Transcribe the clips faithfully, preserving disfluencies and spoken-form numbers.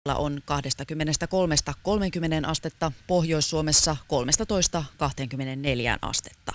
On kaksikymmentäkolme kolmekymmentä astetta, Pohjois-Suomessa kolmetoista kaksikymmentäneljä astetta.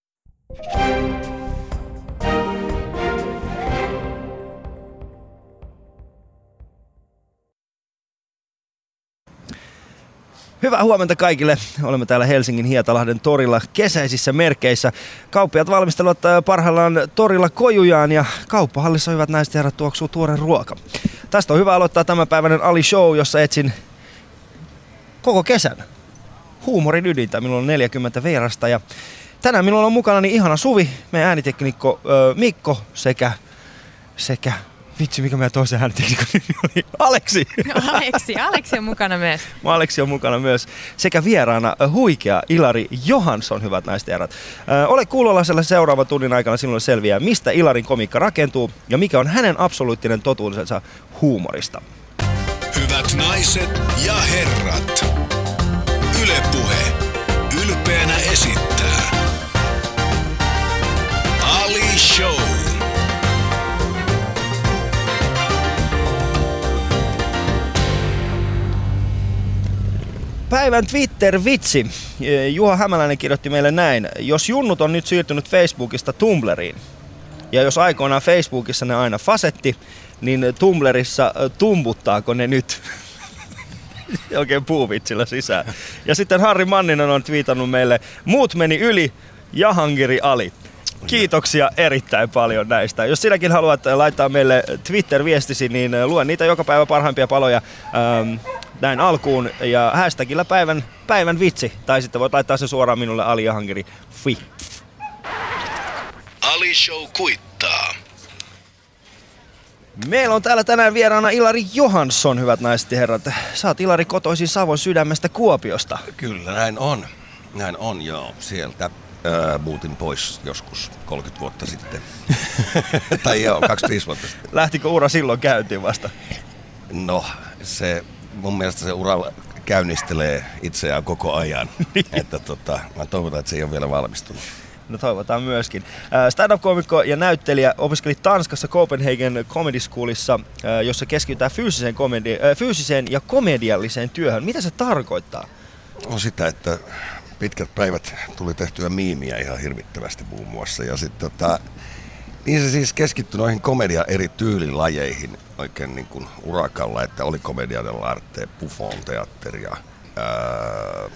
Hyvää huomenta kaikille. Olemme täällä Helsingin Hietalahden torilla kesäisissä merkeissä. Kauppiaat valmistelevat parhaillaan torilla kojujaan ja kauppahallissa hyvät naiset ja herrat tuoksuu tuore ruoka. Tästä on hyvä aloittaa tämänpäiväinen Ali Show, jossa etsin koko kesän huumorin ydintä. Minulla on neljäkymmentä vierasta ja tänään minulla on mukana niin ihana Suvi, meidän ääniteknikko äh, Mikko sekä, sekä vitsi mikä meidän toisen ääniteknikon nimi oli, Aleksi. Aleksi, Aleksi on mukana myös. Aleksi on mukana myös. Sekä vieraana huikea Ilari Johansson, hyvät naiset ja herrat. Äh, ole kuulolla seuraavan tunnin aikana sinulle selviää, mistä Ilarin komiikka rakentuu ja mikä on hänen absoluuttinen totuudensa huumorista. Hyvät naiset ja herrat, Yle Puhe ylpeänä esittää Ali Show. Päivän Twitter-vitsi. Juha Hämäläinen kirjoitti meille näin. Jos junnut on nyt siirtynyt Facebookista Tumblriin, ja jos aikoinaan Facebookissa ne aina fasetti, niin Tumblrissa tumbuttaako ne nyt? Oikein puuvitsillä sisään. Ja sitten Harri Manninen on twiitannut meille, muut meni yli, Jahangiri Ali. Kiitoksia erittäin paljon näistä. Jos sinäkin haluat laittaa meille Twitter-viestisi, niin luen niitä joka päivä parhaimpia paloja ähm, näin alkuun ja hashtagillä päivän, päivän vitsi. Tai sitten voit laittaa se suoraan minulle Ali Jahangiri. Fi. Ali Show kuittaa. Meillä on täällä tänään vieraana Ilari Johansson, hyvät naiset ja herrat. Sä oot Ilari kotoisin Savon sydämestä Kuopiosta. Kyllä, näin on. Näin on, joo. Sieltä ää, muutin pois joskus kolmekymmentä vuotta sitten. tai joo, kaksikymmentäviisi vuotta sitten. Lähtikö ura silloin käyntiin vasta? No, se mun mielestä se ura käynnistelee itseään koko ajan. että tota, mä toivotan, että se ei ole vielä valmistunut. No toivotaan myöskin. Stand-up-koomikko ja näyttelijä opiskeli Tanskassa Copenhagen Comedy Schoolissa, jossa keskitytään fyysiseen, komedi- fyysiseen ja komedialliseen työhön. Mitä se tarkoittaa? On sitä, että pitkät päivät tuli tehtyä miimiä ihan hirvittävästi muun muassa. Ja sit, tota, niin se siis keskittyi noihin komedia eri tyylilajeihin oikein niin kuin urakalla, että oli komedia dell'arte, Buffon teatteria, ää,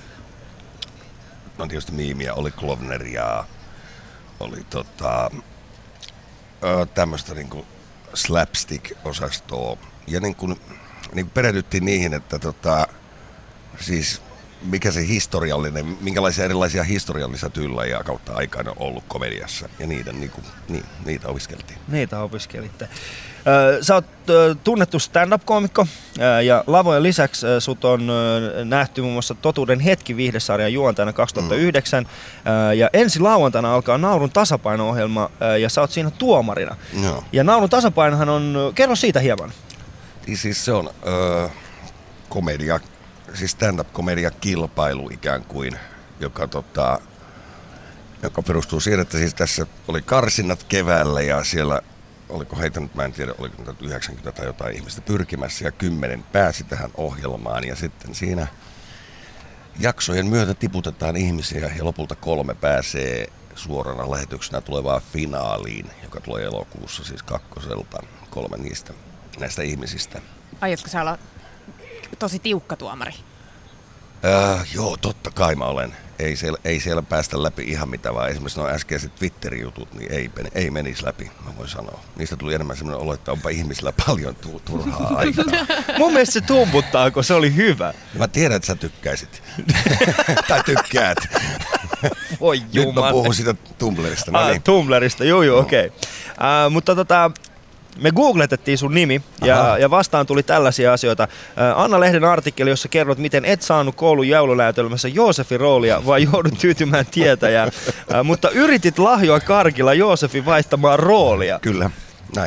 no tietysti miimiä, oli klovneria, oli tota, tämmöistä niinku slapstick-osastoa. Ja niinku, niinku perehdyttiin niihin, että tota, siis mikä se historiallinen, minkälaisia erilaisia historiallisia tyylejä kautta aikana on ollut komediassa. Ja niiden, niinku, niin, niitä opiskeltiin. Niitä opiskelitte. Sä oot tunnettu stand-up-koomikko ja lavojen lisäksi sut on nähty muun muassa Totuuden hetki -viihdesarjan juontajana kaksituhattayhdeksän. Mm. Ja ensi lauantaina alkaa Naurun tasapaino-ohjelma ja sä oot siinä tuomarina. No. Ja Naurun tasapainohan on, kerro siitä hieman. Siis se on ö, komedia, siis stand-up-komedia kilpailu ikään kuin, joka tota, joka perustuu siihen, että siis tässä oli karsinnat keväällä ja siellä oliko heitä nyt, mä en tiedä, oliko nyt yhdeksänkymmentä tai jotain ihmistä pyrkimässä ja kymmenen pääsi tähän ohjelmaan ja sitten siinä jaksojen myötä tiputetaan ihmisiä ja lopulta kolme pääsee suorana lähetyksenä tulevaan finaaliin, joka tulee elokuussa siis kakkoselta, kolme niistä näistä ihmisistä. Aiotko sä olla tosi tiukka tuomari? Äh, joo, totta kai mä olen. Ei siellä, ei siellä päästä läpi ihan mitä, vaan esimerkiksi nuo äskeiset Twitter-jutut, niin ei, ei menisi läpi, mä voin sanoa. Niistä tuli enemmän semmoinen olo, että onpa ihmisillä paljon tu- turhaa aikaa. Mun mielestä se tumbuttaa, kun se oli hyvä. Mä tiedän, että sä tykkäisit. tai tykkäät. Voi Nyt mä puhun siitä Tumblrista. No niin. ah, Tumblrista, juu juu, okei. Okay. Uh, mutta tota... Me googletettiin sun nimi ja, ja vastaan tuli tällaisia asioita. Anna Lehden artikkeli, jossa kerrot, miten et saanut koulun joulunäytelmässä Joosefin roolia, vaan joudut tyytymään tietäjään. Mutta yritit lahjoa karkilla Joosefin vaihtamaan roolia. Kyllä, näin on.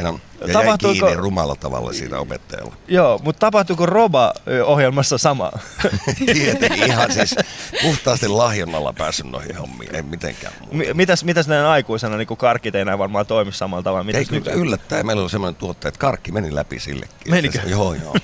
Ja tapahtuiko... jäi kiinni rumalla tavalla siinä opettajalla. Joo, mutta tapahtuiko Roba-ohjelmassa sama? Tietenkin, ihan siis puhtaasti lahjonnalla päässyt noihin hommiin, ei mitenkään muuta. M- mitäs, mitäs näin aikuisena, niin karkkit ei enää varmaan toimi samalla tavalla? Ei kyllä yllättäen, meillä oli semmoinen tuottaja, että karkki meni läpi sillekin. Menikö? Se, joo, joo.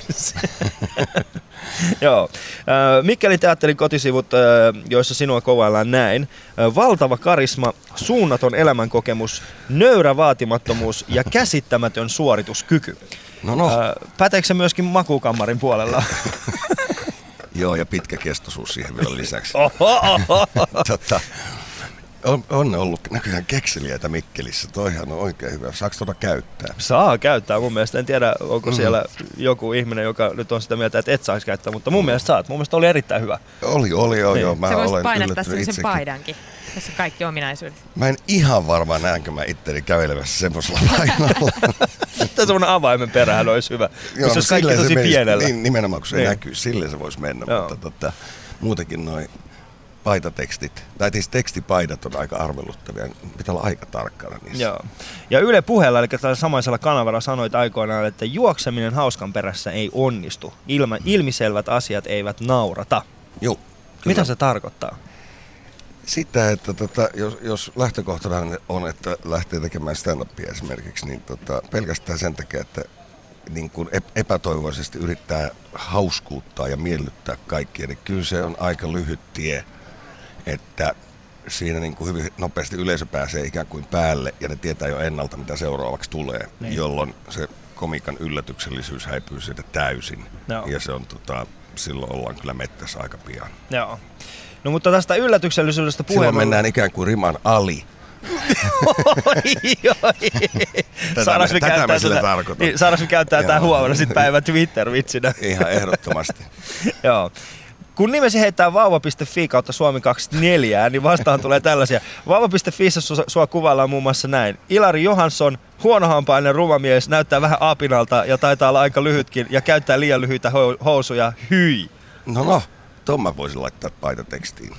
Joo. Mikkelin teatterin kotisivut, joissa sinua kovaillaan näin. Valtava karisma, suunnaton elämänkokemus, nöyrä vaatimattomuus ja käsittämätön suorituskyky. No no. Päteekö se myöskin makuukammarin puolella? Joo, ja pitkäkestoisuus siihen vielä lisäksi. Oho, oho. Tota, on, on ollut näköjään kekseliäitä Mikkelissä. Toihan on oikein hyvä. Saako tuota käyttää? Saa käyttää mun mielestä. En tiedä, onko siellä mm. joku ihminen, joka nyt on sitä mieltä, että et saisi käyttää, mutta mun mielestä saat. Mun mielestä oli erittäin hyvä. Oli, oli, joo. Niin. joo. Mä sä voisit olen painattaa sen itsekin. paidankin. Tässä on kaikki ominaisuudet. Mä en ihan varmaan näenkö mä itteni kävelevässä semmoisella painolla. Tämä semmoinen avaimen perähän olisi hyvä. Joo, no, olisi kaikki tosi menisi, pienellä. Niin, nimenomaan kun se niin. näkyy, silleen se voisi mennä. Joo. Mutta tota, muutenkin noi paitatekstit, tai siis tekstipaidat on aika arveluttavia. Pitää olla aika tarkkana niissä. Joo. Ja Yle Puheella, eli tällä samaisella kanavalla sanoit aikoinaan, että juokseminen hauskan perässä ei onnistu. Ilma, ilmiselvät asiat eivät naurata. Joo. Mitä se tarkoittaa? Sitä, että tota, jos, jos lähtökohtana on, että lähtee tekemään stand-upia esimerkiksi, niin tota, pelkästään sen takia, että niin kuin epätoivoisesti yrittää hauskuuttaa ja miellyttää kaikkia, niin kyllä se on aika lyhyt tie, että siinä niin kuin hyvin nopeasti yleisö pääsee ikään kuin päälle ja ne tietää jo ennalta, mitä seuraavaksi tulee, niin. Jolloin se komikan yllätyksellisyys häipyy siitä täysin. No. Ja se on, tota, silloin ollaan kyllä mettässä aika pian. Joo. No mutta tästä yllätyksellisyydestä puheen... Silloin mennään ikään kuin riman ali. Saadaanko me tätä mä sille tätä, tarkoitan. niin, saadaanko me käyttää tää huomenna sitten päivän Twitter-vitsinä? Ihan ehdottomasti. Joo. Kun nimesi heittää vauva piste fi kautta Suomi kaksikymmentäneljä, niin vastaan tulee tällaisia. vauva piste fiissä sua, sua kuvaillaan muun muassa näin. Ilari Johansson, huonohampainen rumamies, näyttää vähän apinalta ja taitaa olla aika lyhytkin ja käyttää liian lyhyitä housuja. Hyi. No no, ton mä voisin laittaa paitatekstiin.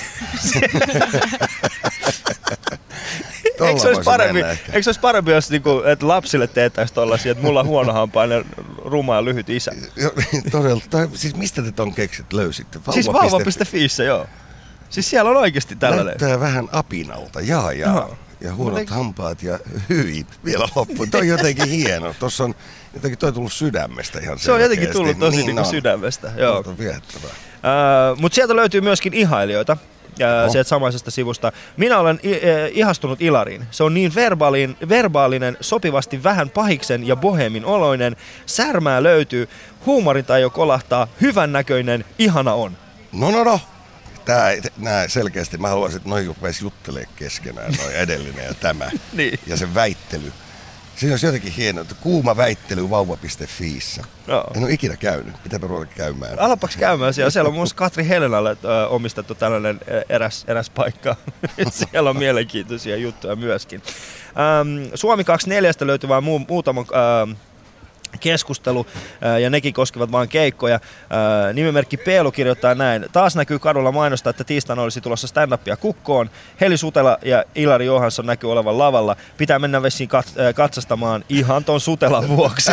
Eikö se olisi parempi, eikö se olisi parempi jos niinku, että lapsille teettäisiin tollaisia, että mulla on huonohampainen, ruma ja lyhyt isä? Todella, tai, siis mistä te ton keksit löysitte? Vauva. Siis vauva piste fiissä, joo. Siis siellä on oikeasti tällainen. Näyttää vähän apinalta, jaa jaa. No. Ja huonot eikö... hampaat ja hyit vielä loppuun. Toi on jotenkin hieno. Tuossa on jotenkin toi tullut sydämestä ihan se on jotenkin tullut tosi niin, niin sydämestä. Joo. On viettävää. Uh, Mutta sieltä löytyy myöskin ihailijoita. Ja sieltä samaisesta sivusta. Minä olen i- e, ihastunut Ilariin. Se on niin verbaalin, verbaalinen, sopivasti vähän pahiksen ja bohemin oloinen. Särmää löytyy, huumorintaju kolahtaa, hyvän näköinen, ihana on. No no no. Tää, nää selkeästi, mä haluaisin, että noin rupeisi juttelemaan keskenään, noin edellinen ja tämä. Niin. Ja sen väittely. Siinä olisi jotenkin hienoa, että kuuma väittely vauva piste fiissä. No. En ole ikinä käynyt. Pitääpä ruveta käymään. Alapaks käymään siellä. Siellä on muun muassa Katri Helenalle ö, omistettu tällainen eräs, eräs paikka. Siellä on mielenkiintoisia juttuja myöskin. Ähm, Suomi kaksikymmentäneljä löytyy vain muu, muutama... Ähm, keskustelu, ja nekin koskevat vain keikkoja. Nimimerkki Peelu kirjoittaa näin. Taas näkyy kadulla mainosta, että tiistaina olisi tulossa stand-upia kukkoon. Heli Sutela ja Ilari Johansson näkyy olevan lavalla. Pitää mennä vessiin katsastamaan ihan ton Sutelan vuoksi.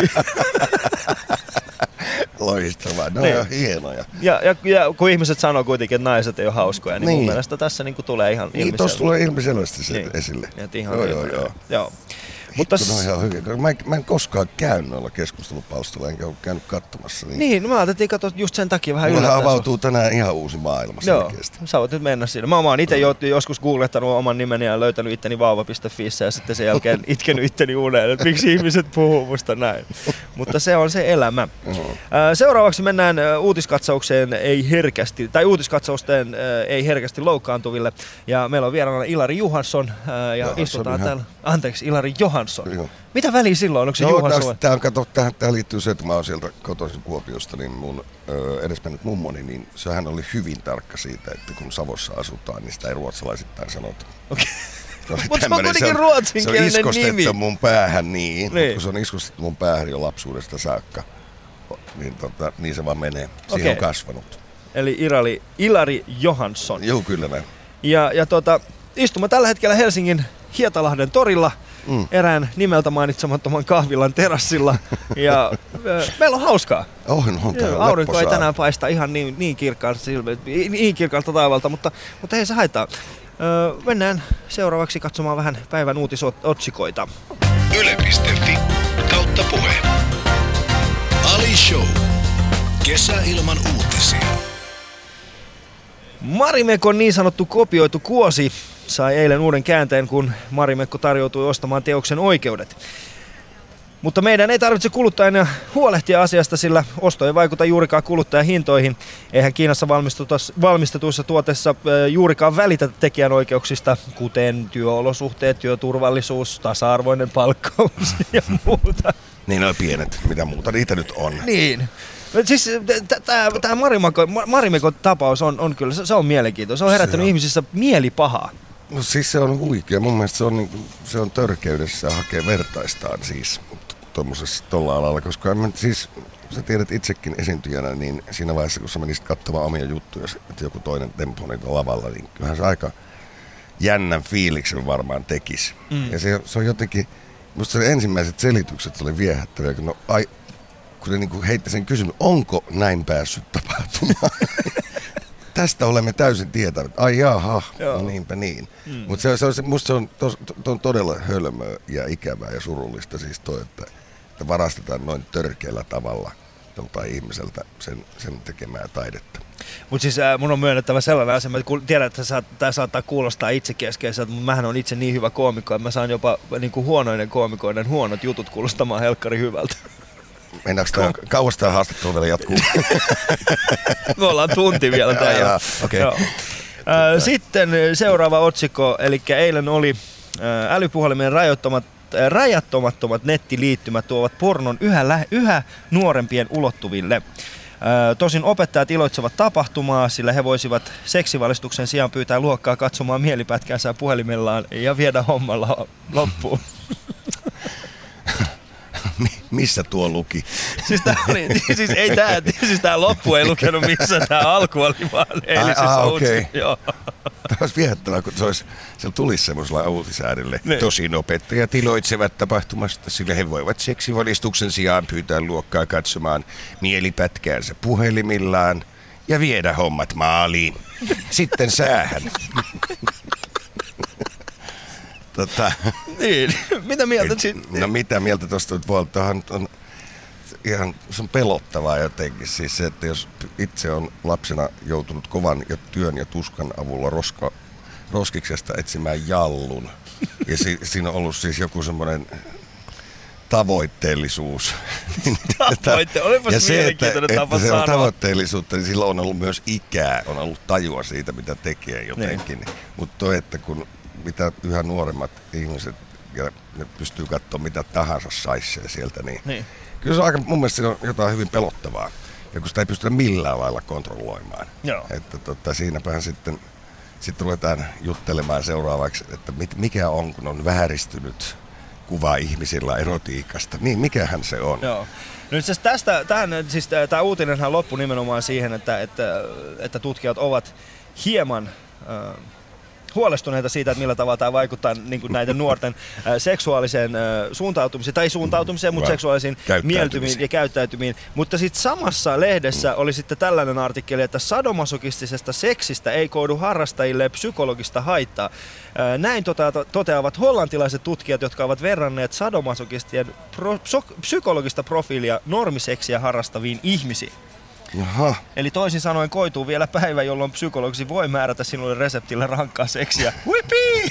Loistavaa, ne niin. On hienoja. Ja, ja, ja kun ihmiset sanoo kuitenkin, että naiset ei ole hauskoja, niin, niin. mun mielestä tässä niin tulee ihan niin, ilmiselvästi. Tuossa tulee ilmiselvästi se niin. Esille. Ihan joo, joo, joo. joo. Mutta no ihan hyvin. Mä en, mä en koskaan käynyt noilla keskustelupalstoilla, enkä ole käynyt katsomassa. Niin, niin no mä ajattelin katsoa just sen takia vähän yllättää. Mulla avautuu tänään ihan uusi maailma selkeästi. Joo, sä voit nyt mennä siinä. Mä oon itse jo, joskus googlettanut oman nimeni ja löytänyt itteni vauva piste fiissä ja sitten sen jälkeen itkenyt itteni uneen, että miksi ihmiset puhuu musta näin. Mutta se on se elämä. Uh-huh. Seuraavaksi mennään uutiskatsaukseen ei herkästi, tai uutiskatsausten ei herkästi loukkaantuville. Ja meillä on vieraana Ilari Johansson ja Johansson istutaan täällä. Anteeksi, Ilari Johansson. Joo. Mitä väliä silloin? Onko se no, Johansson? Tähän, kato, tähän, tähän liittyy se, että mä oon sieltä kotoisin Kuopiosta, niin mun ö, edesmennyt mummoni, niin sehän oli hyvin tarkka siitä, että kun Savossa asutaan, niin sitä ei ruotsalaisittain sanota. Okei. Okay. Mutta se on kuitenkin ruotsinkielinen nimi. Se on iskostettu mun päähän niin, niin. Kun se on iskostettu mun päähän jo lapsuudesta saakka, niin, tota, niin se vaan menee. Siihen okay. On kasvanut. Eli Ilari, Ilari Johansson. Joo, kyllä näin. Ja, ja tota, istumme tällä hetkellä Helsingin Hietalahden torilla. mm. erään nimeltä mainitsemattoman kahvilan terassilla ja äh, meillä on hauskaa. Oh, no, ja, aurinko ei tänään paista ihan niin, niin, kirkkaan, niin kirkkaalta taivalta, mutta, mutta ei se haittaa. Öö, mennään seuraavaksi katsomaan vähän päivän uutisotsikoita. Yle piste fi kautta puhe. Ali Show. Kesä ilman uutisia. Marimekon niin sanottu kopioitu kuosi sai eilen uuden käänteen, kun Marimekko tarjoutui ostamaan teoksen oikeudet. Mutta meidän ei tarvitse kuluttajana huolehtia asiasta, sillä osto ei vaikuta juurikaan kuluttajahintoihin. Eihän Kiinassa valmistetuissa tuotteissa juurikaan välitetä tekijänoikeuksista, kuten työolosuhteet, työturvallisuus, tasa-arvoinen palkkaus ja muuta. Niin ne on pienet, mitä muuta niitä nyt on. Niin. Siis tämä Marimekon tapaus on, on kyllä, se on mielenkiintoinen. Se on herättänyt se ihmisissä mielipahaa. No siis se on huikea. Mun mielestä se on, niin, se on törkeydessä hakee vertaistaan siis tuommoisessa tolla alalla, koska en mä, siis sä tiedät itsekin esiintyjänä, niin siinä vaiheessa kun sä menisit katsomaan omia juttuja, että joku toinen tempo niitä lavalla, niin kyllähän se aika jännän fiiliksen varmaan tekisi. Mm. Ja se, se on jotenkin, musta se ensimmäiset selitykset oli viehättäviä, kun, no, ai, kun ne niin heitti sen kysymyksen, onko näin päässyt tapahtumaan? Tästä olemme täysin tietävät. Ai jaha, no niinpä niin. Mm. Mutta se, se on, musta se on, tos, to, on todella hölmöä ja ikävää ja surullista siis toi, että, että varastetaan noin törkeällä tavalla joltain ihmiseltä sen, sen tekemää taidetta. Mutta siis äh, mun on myönnettävä sellainen asia, että tiedän, että tämä saattaa kuulostaa itsekeskeiseltä, mutta mähän on itse niin hyvä koomikko, että mä saan jopa niin kuin huonoinen koomikoiden huonot jutut kuulostamaan helkkari hyvältä. Mennäänkö tämä, kauas tämä haastattelu vielä jatkuu? Me ollaan tunti vielä tai jo. Okay. Sitten seuraava otsikko, eli eilen oli älypuhelimien rajoittamat, rajattomattomat nettiliittymät tuovat pornon yhä, lä- yhä nuorempien ulottuville. Tosin opettajat iloitsevat tapahtumaa, sillä he voisivat seksivalistuksen sijaan pyytää luokkaa katsomaan mielipätkäänsä puhelimellaan ja viedä hommalla loppuun. Missä tuo luki? Siis tää oli, siis ei tää, siis tää loppu ei lukenut missä, tää alku oli vaan eilisessä ah, uutisissa. Okay. Joo. Tämä olisi viehättävää, kun se olisi, siellä tulisi semmoisella uutisäärille. Ne. Tosin opettajat iloitsevat tapahtumasta, sillä he voivat seksivalistuksen sijaan pyytää luokkaa katsomaan mielipätkäänsä puhelimillaan ja viedä hommat maaliin. Sitten säähän. Tota, niin, mitä mieltä siitä? No mitä mieltä tuosta voi on ihan, se on pelottavaa jotenkin. Siis se, että jos itse on lapsena joutunut kovan ja työn ja tuskan avulla roska, roskiksesta etsimään jallun. Ja si, siinä on ollut siis joku semmoinen tavoitteellisuus. Tavoitte, olipas ja se, että, tapa että se sanoa. on tavoitteellisuutta, niin silloin on ollut myös ikää, on ollut tajua siitä, mitä tekee jotenkin. Niin. Mutta toi, että kun mitä yhä nuoremmat ihmiset, ja ne pystyy katsoa mitä tahansa saissee sieltä, niin, niin kyllä se on aika, mun mielestä siinä on jotain hyvin pelottavaa. Ja kun sitä ei pystytä millään lailla kontrolloimaan. Joo. Että tota, siinäpähän sitten sit ruvetaan juttelemaan seuraavaksi, että mit, mikä on, kun on vääristynyt kuva ihmisillä erotiikasta. Niin, mikähän se on? Joo. No itse asiassa tästä, tähän, siis tämä uutinenhan loppui nimenomaan siihen, että, että, että tutkijat ovat hieman Äh, huolestuneita siitä, että millä tavalla tämä vaikuttaa niin kuin näiden nuorten äh, seksuaaliseen äh, suuntautumiseen, tai suuntautumiseen, mutta seksuaalisiin mieltymiin ja käyttäytymiin. Mutta sitten samassa lehdessä mm. oli sitten tällainen artikkeli, että sadomasokistisesta seksistä ei koidu harrastajille psykologista haittaa. Äh, näin tota- toteavat hollantilaiset tutkijat, jotka ovat verranneet sadomasokistien pro- so- psykologista profiilia normiseksiä harrastaviin ihmisiin. Jaha. Eli toisin sanoen koituu vielä päivä, jolloin psykologisi voi määrätä sinulle reseptillä rankkaa seksiä. Whippii!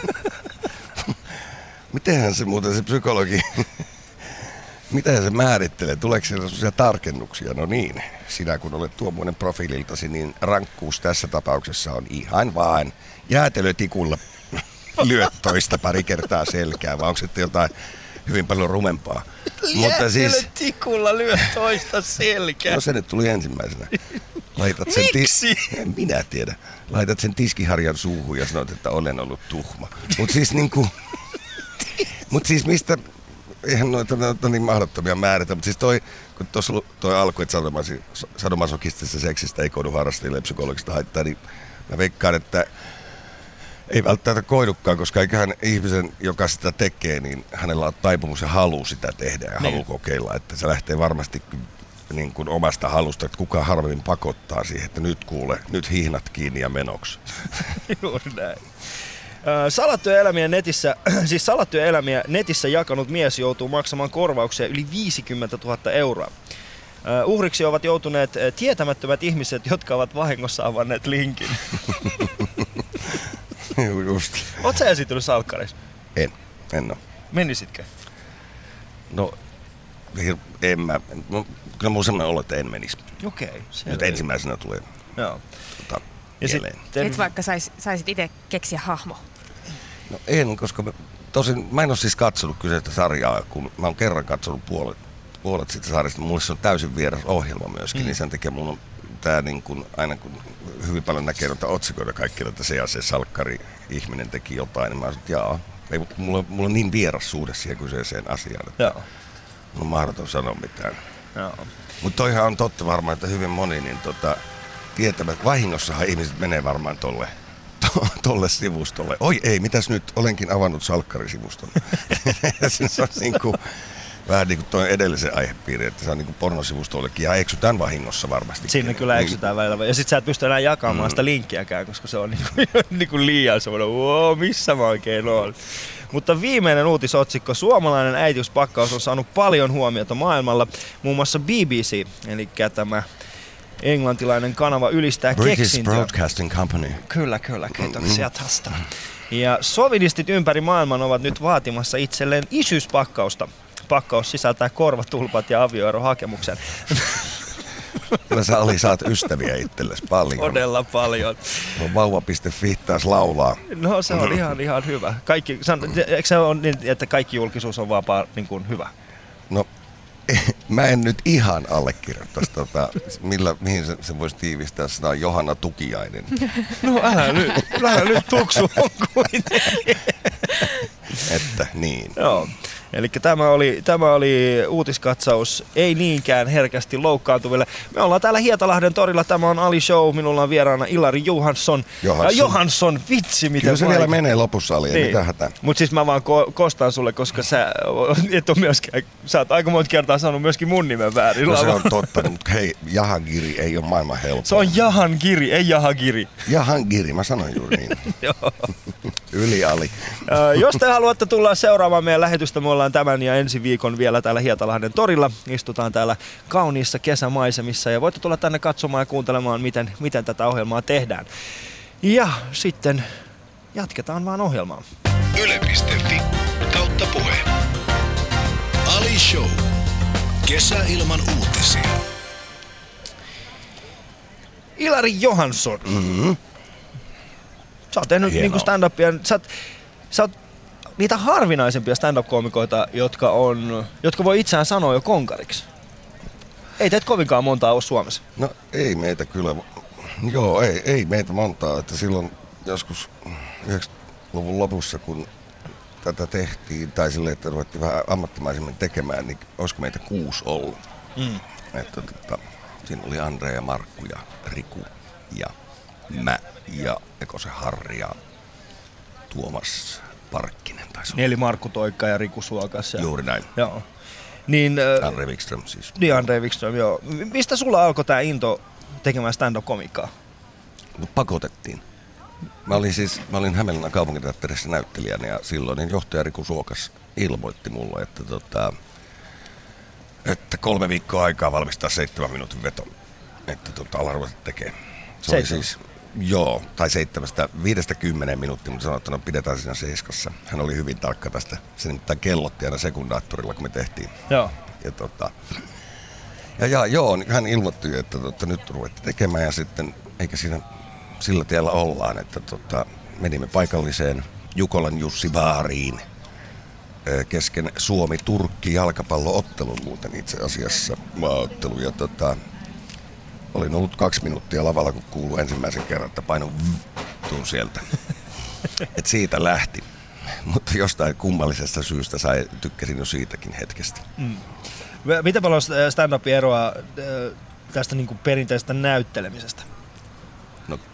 Mitenhän se muuten se psykologi, mitähän se määrittelee? Tuleeko siellä sellaisia tarkennuksia? No niin, sinä kun olet tuommoinen profiililtasi, niin rankkuus tässä tapauksessa on ihan vaan jäätelötikulla lyöt toista pari kertaa selkää, vai onko sitten jotain hyvin paljon rumempaa? Mutta siis tikulla lyö toista selkää. No se nyt tuli ensimmäisenä. Laitat sen Miksi? Tis- en minä tiedä. Laitat sen tiskiharjan suuhun ja sanot, että olen ollut tuhma. Mut siis niinku Mut siis mistä eihän noita on niin mahdottomia määritä, mutta siis toi kun tuossa toi alku, että sadomasokistisesta seksistä ei koidu harrastajille psykologista haittaa, niin mä veikkaan, että Ei välttämättä koidukaan, koska eiköhän ihmisen, joka sitä tekee, niin hänellä on taipumus ja halu sitä tehdä ja niin. halu kokeilla. Että se lähtee varmasti niin kuin omasta halusta, että kuka harvemmin pakottaa siihen, että nyt kuule, nyt hihnat kiinni ja menoksi. Juuri näin. Salattuja elämiä netissä, siis salattuja elämiä netissä jakanut mies joutuu maksamaan korvauksia yli viisikymmentätuhatta euroa. Uhriksi ovat joutuneet tietämättömät ihmiset, jotka ovat vahingossa avanneet linkin. Just. Oletko sä esitellyt salkkarissa? En, en ole. Menisitkö? No, en mä. No, kyllä mulla on sellainen olo, että en menisi. Okei. Okay, nyt ensimmäisenä tulee Joo. Tota, ja mieleen. Sitten... Et vaikka sais, saisit itse keksiä hahmo. No en, koska mä, tosin mä en ole siis katsonut kyseistä sarjaa, kun mä oon kerran katsonut puolet, puolet siitä sarjasta. Mulle se on täysin vieras ohjelma myöskin, mm. niin sen takia mulla on tää niin kun, aina kun hyvin paljon näkee noita otsikoita kaikki, että se ja se salkkari ihminen teki jotain, niin mä sanoin, että jaa, ei, mulla, mulla on niin vieras suhde siihen kyseiseen asiaan, että Joo. mun on mahdoton sanoa mitään. Mutta toihan on totta varmaan, että hyvin moni niin tota, tietävät, että vahingossahan ihmiset menee varmaan tolle, to, tolle sivustolle. Oi ei, mitäs nyt, olenkin avannut salkkarisivuston. Se on niin kuin, vähän niin kuin tuo edellisen aihepiiri, että se on niin kuin pornosivustollekin ja eksytään vahingossa varmasti. Sinne kyllä eksytään välillä. Ja sit sä et pysty enää jakamaan mm. sitä linkkiäkään, koska se on niin kuin, niin kuin liian semmoinen, wow, missä mä oikein oon. Mutta viimeinen uutisotsikko, suomalainen äitiyspakkaus on saanut paljon huomiota maailmalla. Muun muassa B B C, eli tämä englantilainen kanava ylistää British keksintöä. Broadcasting Company. Kyllä, kyllä, kiitoksia mm-hmm. tästä. Ja sovinistit ympäri maailman ovat nyt vaatimassa itselleen isyyspakkausta. Pakkaus sisältää korvatulpat ja avioerohakemuksen. Kyllä sä Ali saat ystäviä itsellesi paljon. Todella paljon. No, vauva piste fi taas laulaa. No se on ihan, ihan hyvä. Kaikki, eikö se ole niin, että kaikki julkisuus on vapaa niin kuin hyvä? No mä en nyt ihan allekirjoittaisi, tota, millä, mihin se, se voisi tiivistää sanaa Johanna Tukiainen. No älä nyt, älä nyt tuksu on kuitenkin. Että niin. Joo. Eli tämä oli, tämä oli uutiskatsaus ei niinkään herkästi loukkaantuville. Me ollaan täällä Hietalahden torilla. Tämä on Ali Show. Minulla on vieraana Ilari Johansson. Johansson. Ja Johansson, vitsi miten Kyllä se vaikea. vielä menee lopussa, Ali, niin. Mitä hätää. Mut siis mä vaan ko- kostaan sulle, koska sä et ole myöskään, sä oot aika monta kertaa sanonut myöskin mun nimen väärin. No se on totta, mutta hei, Jahangiri ei ole maailman helppo. Se on Jahangiri, ei Jahangiri. Jahangiri, mä sanoin juuri niin. Joo. Yli Ali. Jos te haluatte tulla seuraamaan meidän lähetystä, me ollaan tämän ja ensi viikon vielä täällä Hietalahden torilla. Istutaan täällä kauniissa kesämaisemissa ja voitte tulla tänne katsomaan ja kuuntelemaan, miten, miten tätä ohjelmaa tehdään. Ja sitten jatketaan vaan ohjelmaa. Yle piste fi kautta puhe. Ali Show. Kesä ilman uutisia. Ilari Johansson. Mm-hmm. Sä oot tehnyt niinku stand-upia. Sä oot, sä oot niitä harvinaisempia stand-up-koomikoita, jotka, on, jotka voi itseään sanoa jo konkariksi. Ei teet kovinkaan montaa ole Suomessa. No ei meitä kyllä, joo ei, ei meitä montaa, että silloin joskus yhdeksänkymmentäluvun lopussa, kun tätä tehtiin, tai silleen, että ruvettiin vähän ammattimaisemmin tekemään, niin olisiko meitä kuusi ollut. Mm. Että, että, siinä oli Andre ja Markku ja Riku ja mä ja Ekosen Harri ja Tuomas Parkkinen taisi olla. Eli Markku Toikka ja Riku Suokas. Ja... Juuri näin. Joo. Niin, äh, Andre Wikström siis. Niin, Andre Wikström, joo. Mistä sulla alkoi tää into tekemään stand-up-komiikkaa? Mut pakotettiin. Mä olin siis, mä olin Hämeenlinnan kaupunginteatterissa näyttelijänä ja silloin johtaja Riku Suokas ilmoitti mulle, että, tota, että kolme viikkoa aikaa valmistaa seitsemän minuutin veto. Että tota, ala ruveta tekemään. Se Seitsemän. oli siis, joo, tai seitsemästä, viidestä kymmeneen minuuttia, mutta sanoi, että no pidetään siinä seiskassa. Hän oli hyvin tarkka tästä. Se nimittäin kellotti aina sekundaattorilla, kun me tehtiin. Joo. Ja, tota, ja, ja joo, hän ilmoitti, että tota, nyt ruvettiin tekemään ja sitten, eikä siinä sillä tiellä ollaan, että tota, menimme paikalliseen Jukolan Jussi baariin kesken Suomi-Turkki jalkapalloottelun muuten itse asiassa maaottelu. Ja tota, olin ollut kaksi minuuttia lavalla, kun kuului ensimmäisen kerran, että paino tuun sieltä. Et siitä lähti. Mutta jostain kummallisesta syystä sai, tykkäsin jo siitäkin hetkestä. Mm. Mitä paljon stand-up eroaa tästä niinku perinteisestä näyttelemisestä? No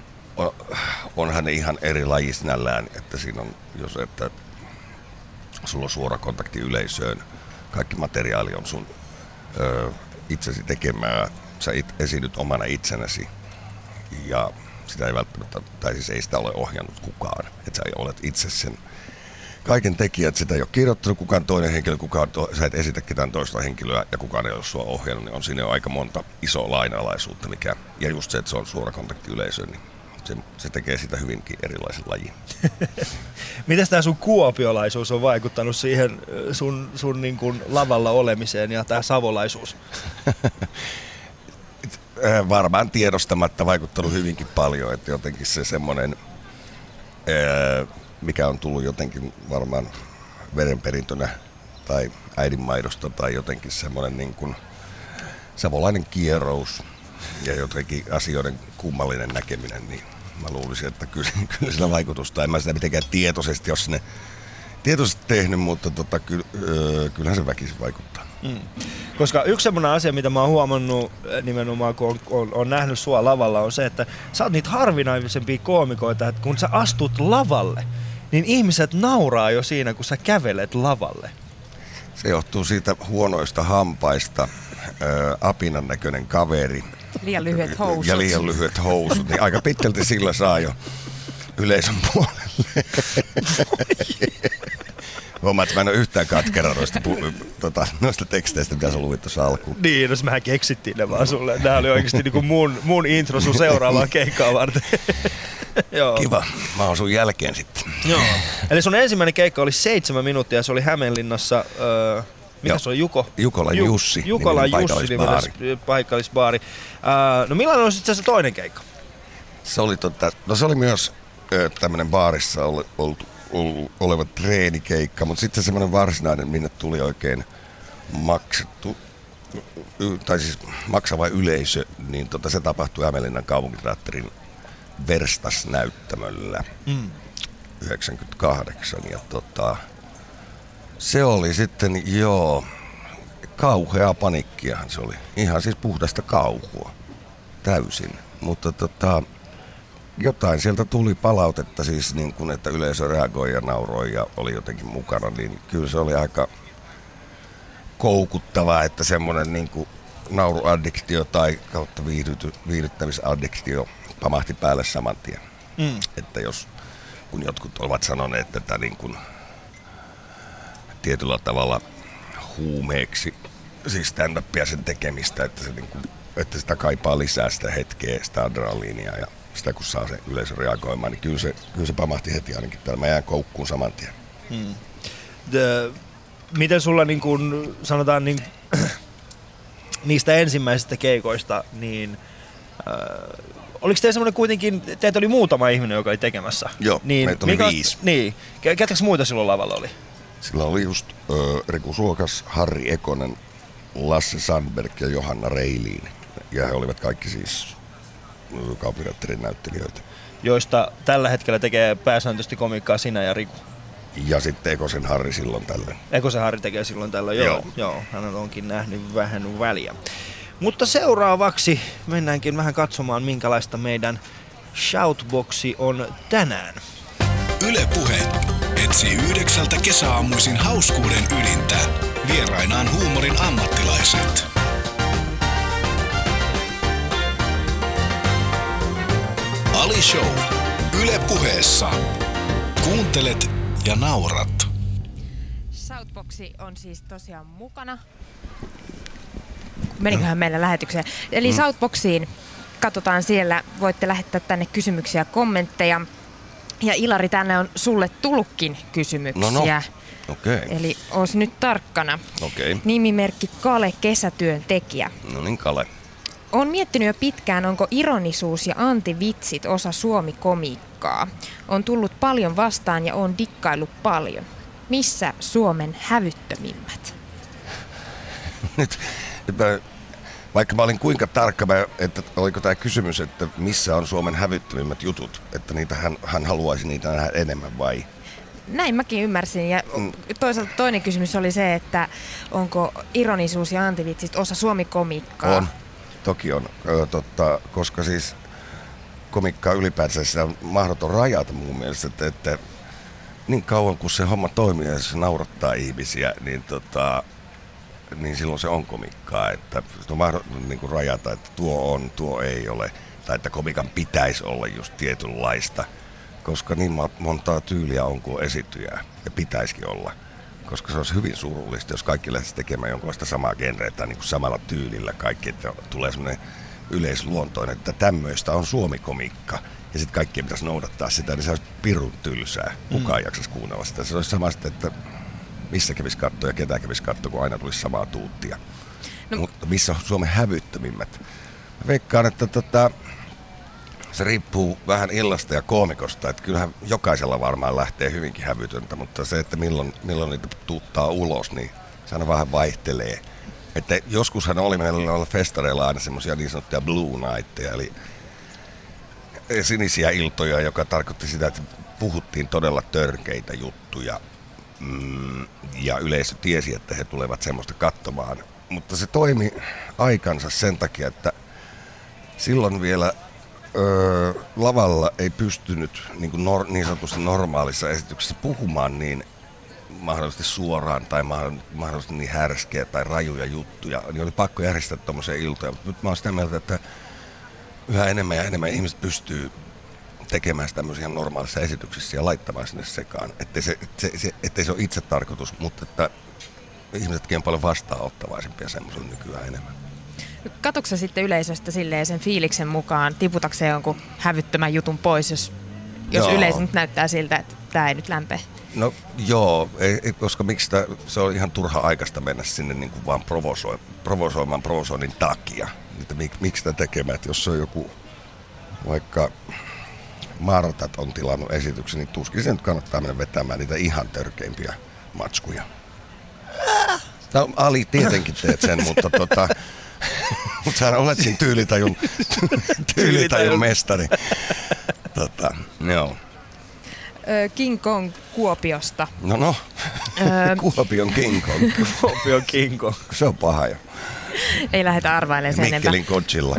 on, onhan ne ihan eri laji sinällään, että siinä on, jos että sulla on suora kontakti yleisöön, kaikki materiaali on sun ö, itsesi tekemää, sä it, esiinnyt omana itsenäsi ja sitä ei välttämättä, tai siis ei sitä ole ohjannut kukaan, että sä olet itse sen kaiken tekijä, että sitä ei ole kirjoittanut kukaan toinen henkilö, kukaan to, sä et esitä ketään toista henkilöä ja kukaan ei ole sua ohjannut, niin on siinä jo aika monta isoa lainalaisuutta, mikä, ja just se, että se on suora kontakti yleisöön, niin se, se tekee sitä hyvinkin erilaisen lajin. Miten tämä sun kuopiolaisuus on vaikuttanut siihen sun, sun niin kuin lavalla olemiseen ja tämä savolaisuus? Varmaan tiedostamatta vaikuttanut hyvinkin paljon, että jotenkin se semmoinen, mikä on tullut jotenkin varmaan verenperintönä tai äidinmaidosta tai jotenkin semmoinen niin kuin savolainen kierous ja jotenkin asioiden kummallinen näkeminen, niin mä luulisin, että kyllä, kyllä sillä vaikutusta. En mä sitä mitenkään tietoisesti, jos ne tietoisesti tehnyt, mutta tota, ky, öö, kyllähän se väkisin vaikuttaa. Mm. Koska yksi semmoinen asia, mitä mä oon huomannut nimenomaan, kun on, on, on nähnyt sua lavalla, on se, että sä oot niitä harvinaisempia koomikoita, että kun sä astut lavalle, niin ihmiset nauraa jo siinä, kun sä kävelet lavalle. Se johtuu siitä huonoista hampaista, öö, apinan näköinen kaveri. Liian lyhyet housut. Ja liian lyhyet housut, niin aika pitkälti sillä saa jo yleisön puolelle. Huomaat, että mä en ole yhtään katkera noista, pu- tota, noista teksteistä, mitä sä luvit tuossa alkuun. Niin, no mehän keksittiin ne vaan sulle. Nämä oli oikeasti niin kuin mun, mun intro sun seuraavaan keikkaa varten. Joo. Kiva, mä oon sun jälkeen sitten. Joo. Eli sun ensimmäinen keikka oli seitsemän minuuttia ja se oli Hämeenlinnassa, öö, mikä se oli, Juko? Jukolan Ju- Jussi. Jukolan Jussi niminen paikallisbaari. Öö, no millainen oli sitten se toinen keikka? Se oli, tota, no se oli myös ö, tämmönen baarissa ol, oltu, ol, oleva treenikeikka, mutta sitten semmoinen varsinainen, minne tuli oikein maksettu, y, tai siis maksava yleisö, niin tota, se tapahtui Hämeenlinnan kaupunginteatterin Verstas-näyttämöllä mm. yhdeksänkymmentäkahdeksan. Ja tota, se oli sitten, joo, kauheaa paniikkiahan se oli. Ihan siis puhdasta kauhua. Täysin. Mutta tota, jotain sieltä tuli palautetta siis niin kuin, että yleisö reagoi ja nauroi ja oli jotenkin mukana, niin kyllä se oli aika koukuttavaa, että semmoinen niin kuin nauruaddiktio tai kautta viihdyty, viihdyttämisaddiktio pamahti päälle saman tien. Mm. Että jos, kun jotkut ovat sanoneet tätä niin kuin tietyllä tavalla huumeeksi, siis stand-upia sen tekemistä, että, se niin kuin, että sitä kaipaa lisää sitä hetkeä, sitä adrenaliinia ja sitä kun saa se yleisö reagoimaan, niin kyllä se, kyllä se pamahti heti ainakin täällä. Mä jään koukkuun saman tien. Hmm. The, miten sulla niin kun sanotaan niin, niistä ensimmäisistä keikoista, niin äh, oliko teillä semmoinen kuitenkin, teitä oli muutama ihminen, joka oli tekemässä? Joo, niin, meitä oli mikä, viisi. Niin, ketäks muita silloin lavalla oli? Sillä oli just äh, Riku Suokas, Harri Ekonen, Lasse Sandberg ja Johanna Reiliin. Ja he olivat kaikki siis kaupunginteatterin näyttelijöitä. Joista tällä hetkellä tekee pääsääntöisesti komiikkaa sinä ja Riku. Ja sitten Ekosen Harri silloin tällöin. Ekosen Harri tekee silloin tällöin, joo. Joo. joo. Hän onkin nähnyt vähän väliä. Mutta seuraavaksi mennäänkin vähän katsomaan, minkälaista meidän shoutboxi on tänään. Yle Puhe etsii yhdeksältä kesäaamuisin hauskuuden ydintä. Vierainaan huumorin ammattilaiset. Ali Show. Yle Puheessa. Kuuntelet ja naurat. Shoutboxi on siis tosiaan mukana. Meniköhän meillä lähetykseen. Eli mm. Shoutboxiin katsotaan siellä. Voitte lähettää tänne kysymyksiä ja kommentteja. Ja Ilari, tänne on sulle tullutkin kysymyksiä. No no. Okei. Okay. Eli oos nyt tarkkana. Okei. Okay. Nimimerkki Kale, kesätyöntekijä. No niin, Kale. Olen miettinyt jo pitkään, onko ironisuus ja antivitsit osa suomikomiikkaa. On tullut paljon vastaan ja on dikkaillut paljon. Missä Suomen hävyttömimmät? Nyt, että vaikka mä olin kuinka tarkka, että oliko tämä kysymys, että missä on Suomen hävyttömimmät jutut, että niitä hän, hän haluaisi niitä nähdä enemmän vai? Näin mäkin ymmärsin ja toisaalta toinen kysymys oli se, että onko ironisuus ja antivitsit osa suomikomiikkaa? On, toki on, ö, totta, koska siis komikkaa ylipäätään, sitä on mahdoton rajata mun mielestä, että, että niin kauan kun se homma toimii ja se naurattaa ihmisiä, niin, tota, niin silloin se on komikkaa. Että se on mahdoton niin kuin rajata, että tuo on, tuo ei ole. Tai että komikan pitäisi olla just tietynlaista, koska niin montaa tyyliä on kuin esityjää ja pitäisikin olla. Koska se olisi hyvin surullista, jos kaikki lähtisi tekemään jonkinlaista samaa genreä niin kuin samalla tyylillä kaikki, että tulee semmoinen yleisluontoinen, että tämmöistä on suomikomikka. Ja sitten kaikkien pitäisi noudattaa sitä, niin se olisi pirun tylsää. Kukaan mm. jaksaisi kuunnella sitä. Se olisi samasta, että missä kävisi katsoa ja ketä kävisi katsoa, kun aina tulisi samaa tuuttia. No. Mutta missä on Suomen hävyttömimmät? Mä veikkaan, että tota, se riippuu vähän illasta ja koomikosta. Että kyllähän jokaisella varmaan lähtee hyvinkin hävytöntä, mutta se, että milloin, milloin niitä tuuttaa ulos, niin se aina vähän vaihtelee. Että joskushan oli meillä olla festareilla aina semmoisia niin sanottuja blue nightteja, eli sinisiä iltoja, joka tarkoitti sitä, että puhuttiin todella törkeitä juttuja mm, ja yleisö tiesi, että he tulevat semmoista katsomaan. Mutta se toimi aikansa sen takia, että silloin vielä öö, lavalla ei pystynyt niin, kuin nor, niin sanotusti normaalissa esityksessä puhumaan niin mahdollisesti suoraan tai mahdollisesti niin härskeä tai rajuja juttuja, niin oli pakko järjestää tuommoisia iltoja. Mutta nyt mä oon sitä mieltä, että yhä enemmän ja enemmän ihmiset pystyy tekemään tämmöisiä normaalissa esityksissä ja laittamaan sinne sekaan. Ettei se, se, se, ettei se ole itse tarkoitus, mutta että ihmisetkin on paljon vastaanottavaisempia semmoisella nykyään enemmän. Katoksa sitten yleisöstä silleen sen fiiliksen mukaan, tiputakseen jonkun hävyttömän jutun pois, jos, jos yleisö nyt näyttää siltä, että tämä ei nyt lämpee? No joo, ei, koska miksi tää, se on ihan turha aikaista mennä sinne niin kuin vaan provoso, provosoimaan provosoinnin takia. Että mik, miksi sitä tekemään, että jos se on joku, vaikka Martat on tilannut esityksen, niin tuskin se nyt kannattaa mennä vetämään niitä ihan törkeimpiä matskuja. No Ali, tietenkin teet sen, mutta tota, mutta sä olet siinä tyylitajun, tyylitajun mestari. Tota, joo. King Kong Kuopiosta. No no, Kuopion King Kong. Kuopion King Kong. Se on paha jo. Ei lähdetä arvailemaan sen enempää. Mikkelin Godzilla.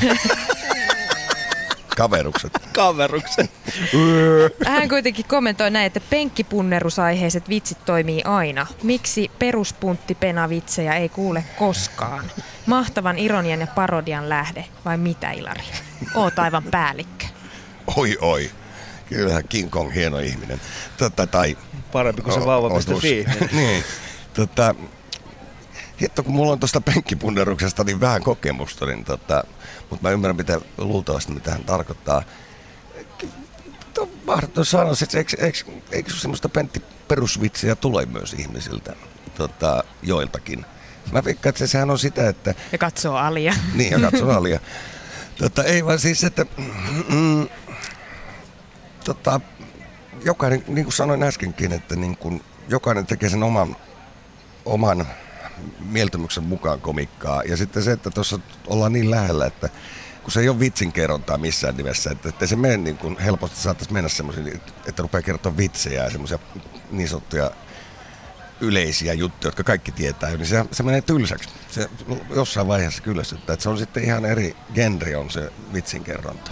Kaverukset. Kaverukset. Hän kuitenkin kommentoi näin, että penkkipunnerusaiheiset vitsit toimii aina. Miksi peruspunttipena-vitsejä ei kuule koskaan? Mahtavan ironian ja parodian lähde, vai mitä, Ilari? Oot aivan päällikkö. Oi oi. Kyllähän King Kong hieno ihminen. Tota, tai parempi kuin se vauva piste fi. Niin. Tota, hitto, kun mulla on tuosta penkkipunneruksesta niin vähän kokemusta, niin tota, mutta mä ymmärrän mitä luultavasti mitä hän tarkoittaa. On mahdoton sanoa, että eikö, eikö, eikö semmoista perusvitsiä tule myös ihmisiltä, tota, joiltakin. Mä veikkaan, että sehän on sitä, että... Ja katsoo Alia. Niin, ja katsoo Alia. Tota, ei vaan siis, että... Mm, tota, jokainen, niin kuin sanoin äskenkin, että niin kuin, jokainen tekee sen oman, oman mieltymyksen mukaan komikkaa. Ja sitten se, että tuossa ollaan niin lähellä, että kun se ei ole vitsinkerrontaa missään nimessä, että, että se mene niin kuin helposti saattaisi mennä semmoisia, että rupeaa kertoa vitsejä ja semmoisia niin sanottuja yleisiä juttuja, jotka kaikki tietää, niin se, se menee tylsäksi. Se jossain vaiheessa kyllästyttää, että se on sitten ihan eri genre on se vitsinkerronta.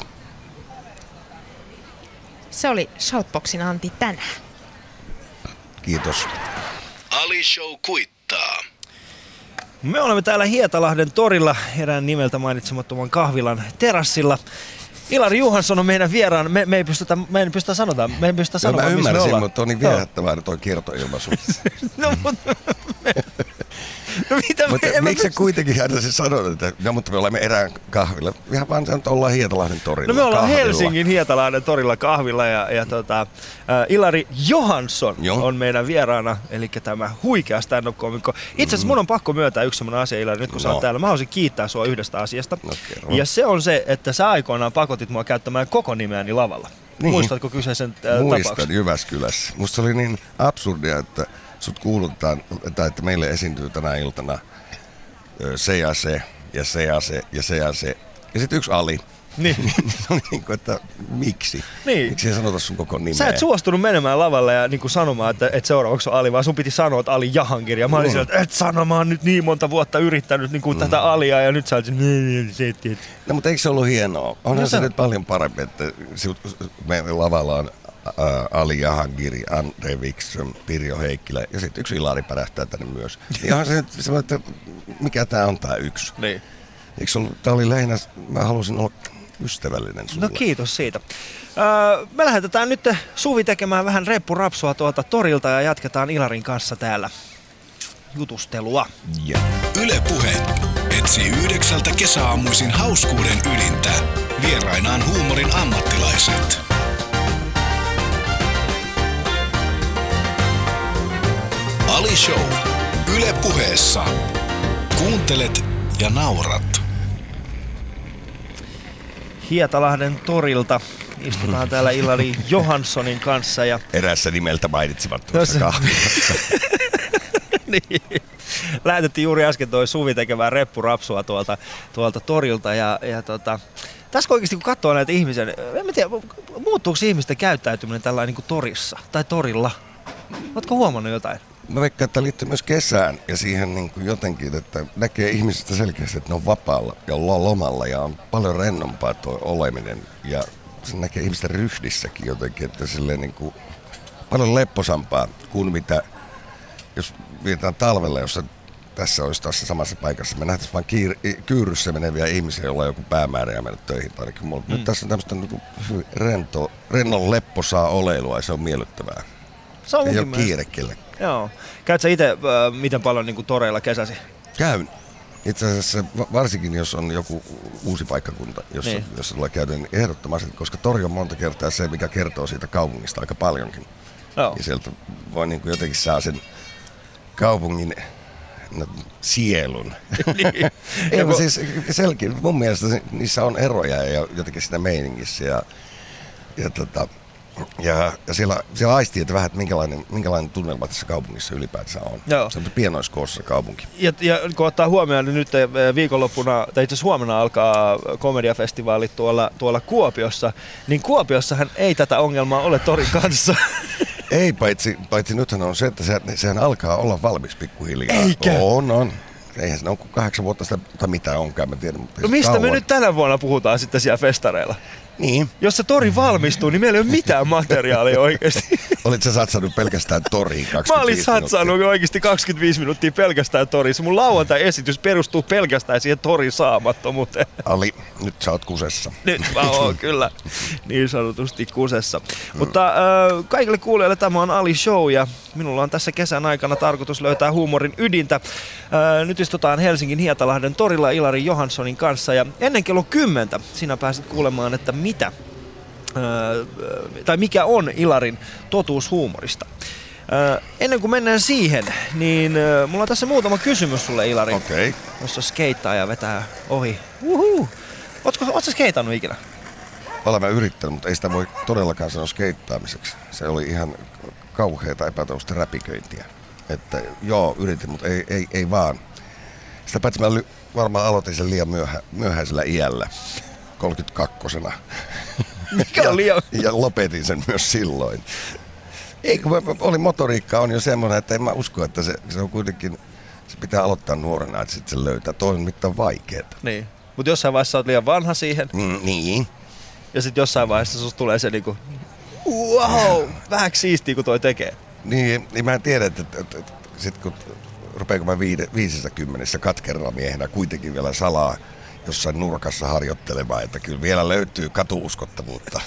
Se oli Shoutboxin Antti tänään. Kiitos. Ali Show kuittaa. Me olemme täällä Hietalahden torilla erään nimeltä mainitsemattoman kahvilan terassilla. Ilari Johansson on meidän vieraan. Me, me ei pystytä, me ei pystytä sanotaan, me ei pystytä sanomaan, no, missä me ollaan. Mä ymmärsin, mutta on niin viehättävää no. toi kiertoilmaisu. no, mutta... Me, no mitä mutta me... miksi sä kuitenkin aina se sanoo, että no, mutta me olemme erään kahvilla. Ihan vaan että ollaan Hietalahden torilla. No me ollaan kahvilla. Helsingin Hietalahden torilla kahvilla ja, ja tota, äh, Ilari Johansson Joo. on meidän vieraana, eli tämä huikea stand-up-komikko. Itse asiassa mun on pakko myöntää yksi sellainen asia, Ilari, nyt kun no. sä oot täällä. Mä haluaisin kiittää sua yhdestä asiasta. No, ja se on se, että sä aikoinaan pakotit mua käyttämään koko nimeäni lavalla. Niin. Muistatko kyseisen äh, Muistan, tapauksen? Jyväskylässä. Musta se oli niin absurdia, että sut kuulutaan, että meille esiintyy tänä iltana se ja se, ja se ja se, ja se ja se. Ja sitten yksi Ali. Niin. Se oli niin kuin, että miksi? Niin. Miksi ei sanota sun koko nimeä? Sä et suostunut menemään lavalle ja niin kuin sanomaan, että, että seuraavaksi on Ali, vaan sun piti sanoa, että Ali Jahangir. Ja mä olin mm. siellä, että et sano, mä oon nyt niin monta vuotta yrittänyt niin kuin mm. tätä Alia ja nyt sä olet se, no mutta eikö se ollut hienoa? Onhan no, se, se nyt paljon parempi, että meidän lavalla on ä, Ali Jahangiri, Andre Wikström, Pirjo Heikkilä ja sitten yksi Ilari pärähtää tänne myös. Ihan se, se että mikä tää on tää yksi? Niin. Eikö se ollut, tää oli lähinnä, mä halusin olla ystävällinen sulle. No kiitos siitä. Öö, me lähetetään nyt Suvi tekemään vähän reppurapsua tuolta torilta ja jatketaan Ilarin kanssa täällä jutustelua. Ja. Yle Puhe etsii yhdeksältä kesäaamuisin hauskuuden ydintä. Vierainaan huumorin ammattilaiset. Ali Show. Yle Puheessa. Kuuntelet ja naurat. Hietalahden torilta istutaan täällä Ilari Johanssonin kanssa. Ja erässä nimeltä mainitsivat tuossa kahvilassa. Niin. Lähetettiin juuri äsken toi Suvi tekemään reppurapsua tuolta, tuolta torilta. Ja, ja tota, tässä oikeasti kun katsoo näitä ihmisiä, en tiedä, muuttuuko ihmisten käyttäytyminen tällainen niin kuin torissa tai torilla? Ootko huomannut jotain? Mä veikkaan, että liittyy myös kesään ja siihen niin kuin jotenkin, että näkee ihmisistä selkeästi, että ne on vapaalla ja lomalla ja on paljon rennompaa tuo oleminen. Ja se näkee ihmisten ryhdissäkin jotenkin, että silleen niin kuin paljon lepposampaa kuin mitä, jos vietetään talvella, jossa tässä olisi tässä samassa paikassa. Me nähtäisiin vain kiir- kyyryssä meneviä ihmisiä, joilla on joku päämäärä ja mennä töihin. Mm. Nyt tässä on tämmöistä niin kuin rento, rennon lepposaa oleilua ja se on miellyttävää. Se on ei ole kiire kellekään. Joo. Käyt sä itse äh, miten paljon niin kuin toreilla kesäsi? Käyn. Itse asiassa varsinkin, jos on joku uusi paikkakunta, jossa, niin. jossa tulee käydä, niin ehdottomasti, koska tori on monta kertaa se, mikä kertoo siitä kaupungista aika paljonkin. Joo. Ja sieltä voi niin kuin jotenkin saa sen kaupungin no, sielun. Niin. Ei, kun... siis selkeä. Mun mielestä se, niissä on eroja ja jotenkin siinä meiningissä. Ja, ja tota... Ja, ja siellä, siellä aistii, että vähän, että minkälainen, minkälainen tunnelma tässä kaupungissa ylipäätään on. Joo. Se on pienoiskoossa kaupunki. Ja, ja kun ottaa huomioon, niin nyt viikonloppuna, tai itse asiassa huomenna alkaa komediafestivaalit tuolla, tuolla Kuopiossa, niin Kuopiossahan ei tätä ongelmaa ole torin kanssa. Ei, paitsi, paitsi nythän on se, että se, sehän alkaa olla valmis pikkuhiljaa. Eikä? On, on. Eihän se ole kuin kahdeksan vuotta sitä, tai mitä onkaan, mä tiedän. Mutta no mistä kauan. Me nyt tänä vuonna puhutaan sitten siellä festareilla? Niin. Jos se tori valmistuu, niin meillä ei ole mitään materiaalia oikeasti. Olit sä satsannut pelkästään toriin kaksikymmentäviisi Mä olin satsannut minuuttia. Oikeasti kaksikymmentäviisi minuuttia pelkästään toriin. Mun lauantai-esitys perustuu pelkästään siihen torin saamattomuuteen. Ali, nyt sä oot kusessa. Nyt mä oon kyllä niin sanotusti kusessa. Mm. Mutta äh, kaikille kuulijoille tämä on Ali Show ja minulla on tässä kesän aikana tarkoitus löytää huumorin ydintä. Äh, nyt istutaan Helsingin Hietalahden torilla Ilari Johanssonin kanssa ja ennen kello kymmentä sinä pääset kuulemaan, että mitä, öö, tai mikä on Ilarin totuus huumorista. Öö, ennen kuin mennään siihen, niin öö, mulla on tässä muutama kysymys sulle, Ilari. Okei. Okay. Jossa skeittaa ja vetää ohi. Uhu. Ootko, oot sä skeitannut ikinä? Olen mä yrittänyt, mutta ei sitä voi todellakaan sanoa skeittaamiseksi. Se oli ihan kauheata epätoivoista räpiköintiä. Että joo, yritin, mutta ei, ei, ei vaan. Sitä paitsi mä varmaan aloitin sen liian myöhä, myöhäisellä iällä. kolmekymmentäkakkosena. Mikä on liian? Ja, ja lopetin sen myös silloin. Ei, kun oli motoriikka on jo semmoinen, että en mä usko, että se, se on kuitenkin, se pitää aloittaa nuorena, että sitten se löytää. Toi on mitään vaikeeta. Niin, mutta jossain vaiheessa olet liian vanha siihen. Mm, niin. Ja sitten jossain vaiheessa susta tulee se niinku, wow, vähän siistiä kun toi tekee. Niin, niin mä en tiedä, että, että, että, että sit kun rupeanko mä viidessä kymmenessä katkeralla miehenä kuitenkin vielä salaa jossain nurkassa harjoittelemaan, että kyllä vielä löytyy katuuskottavuutta.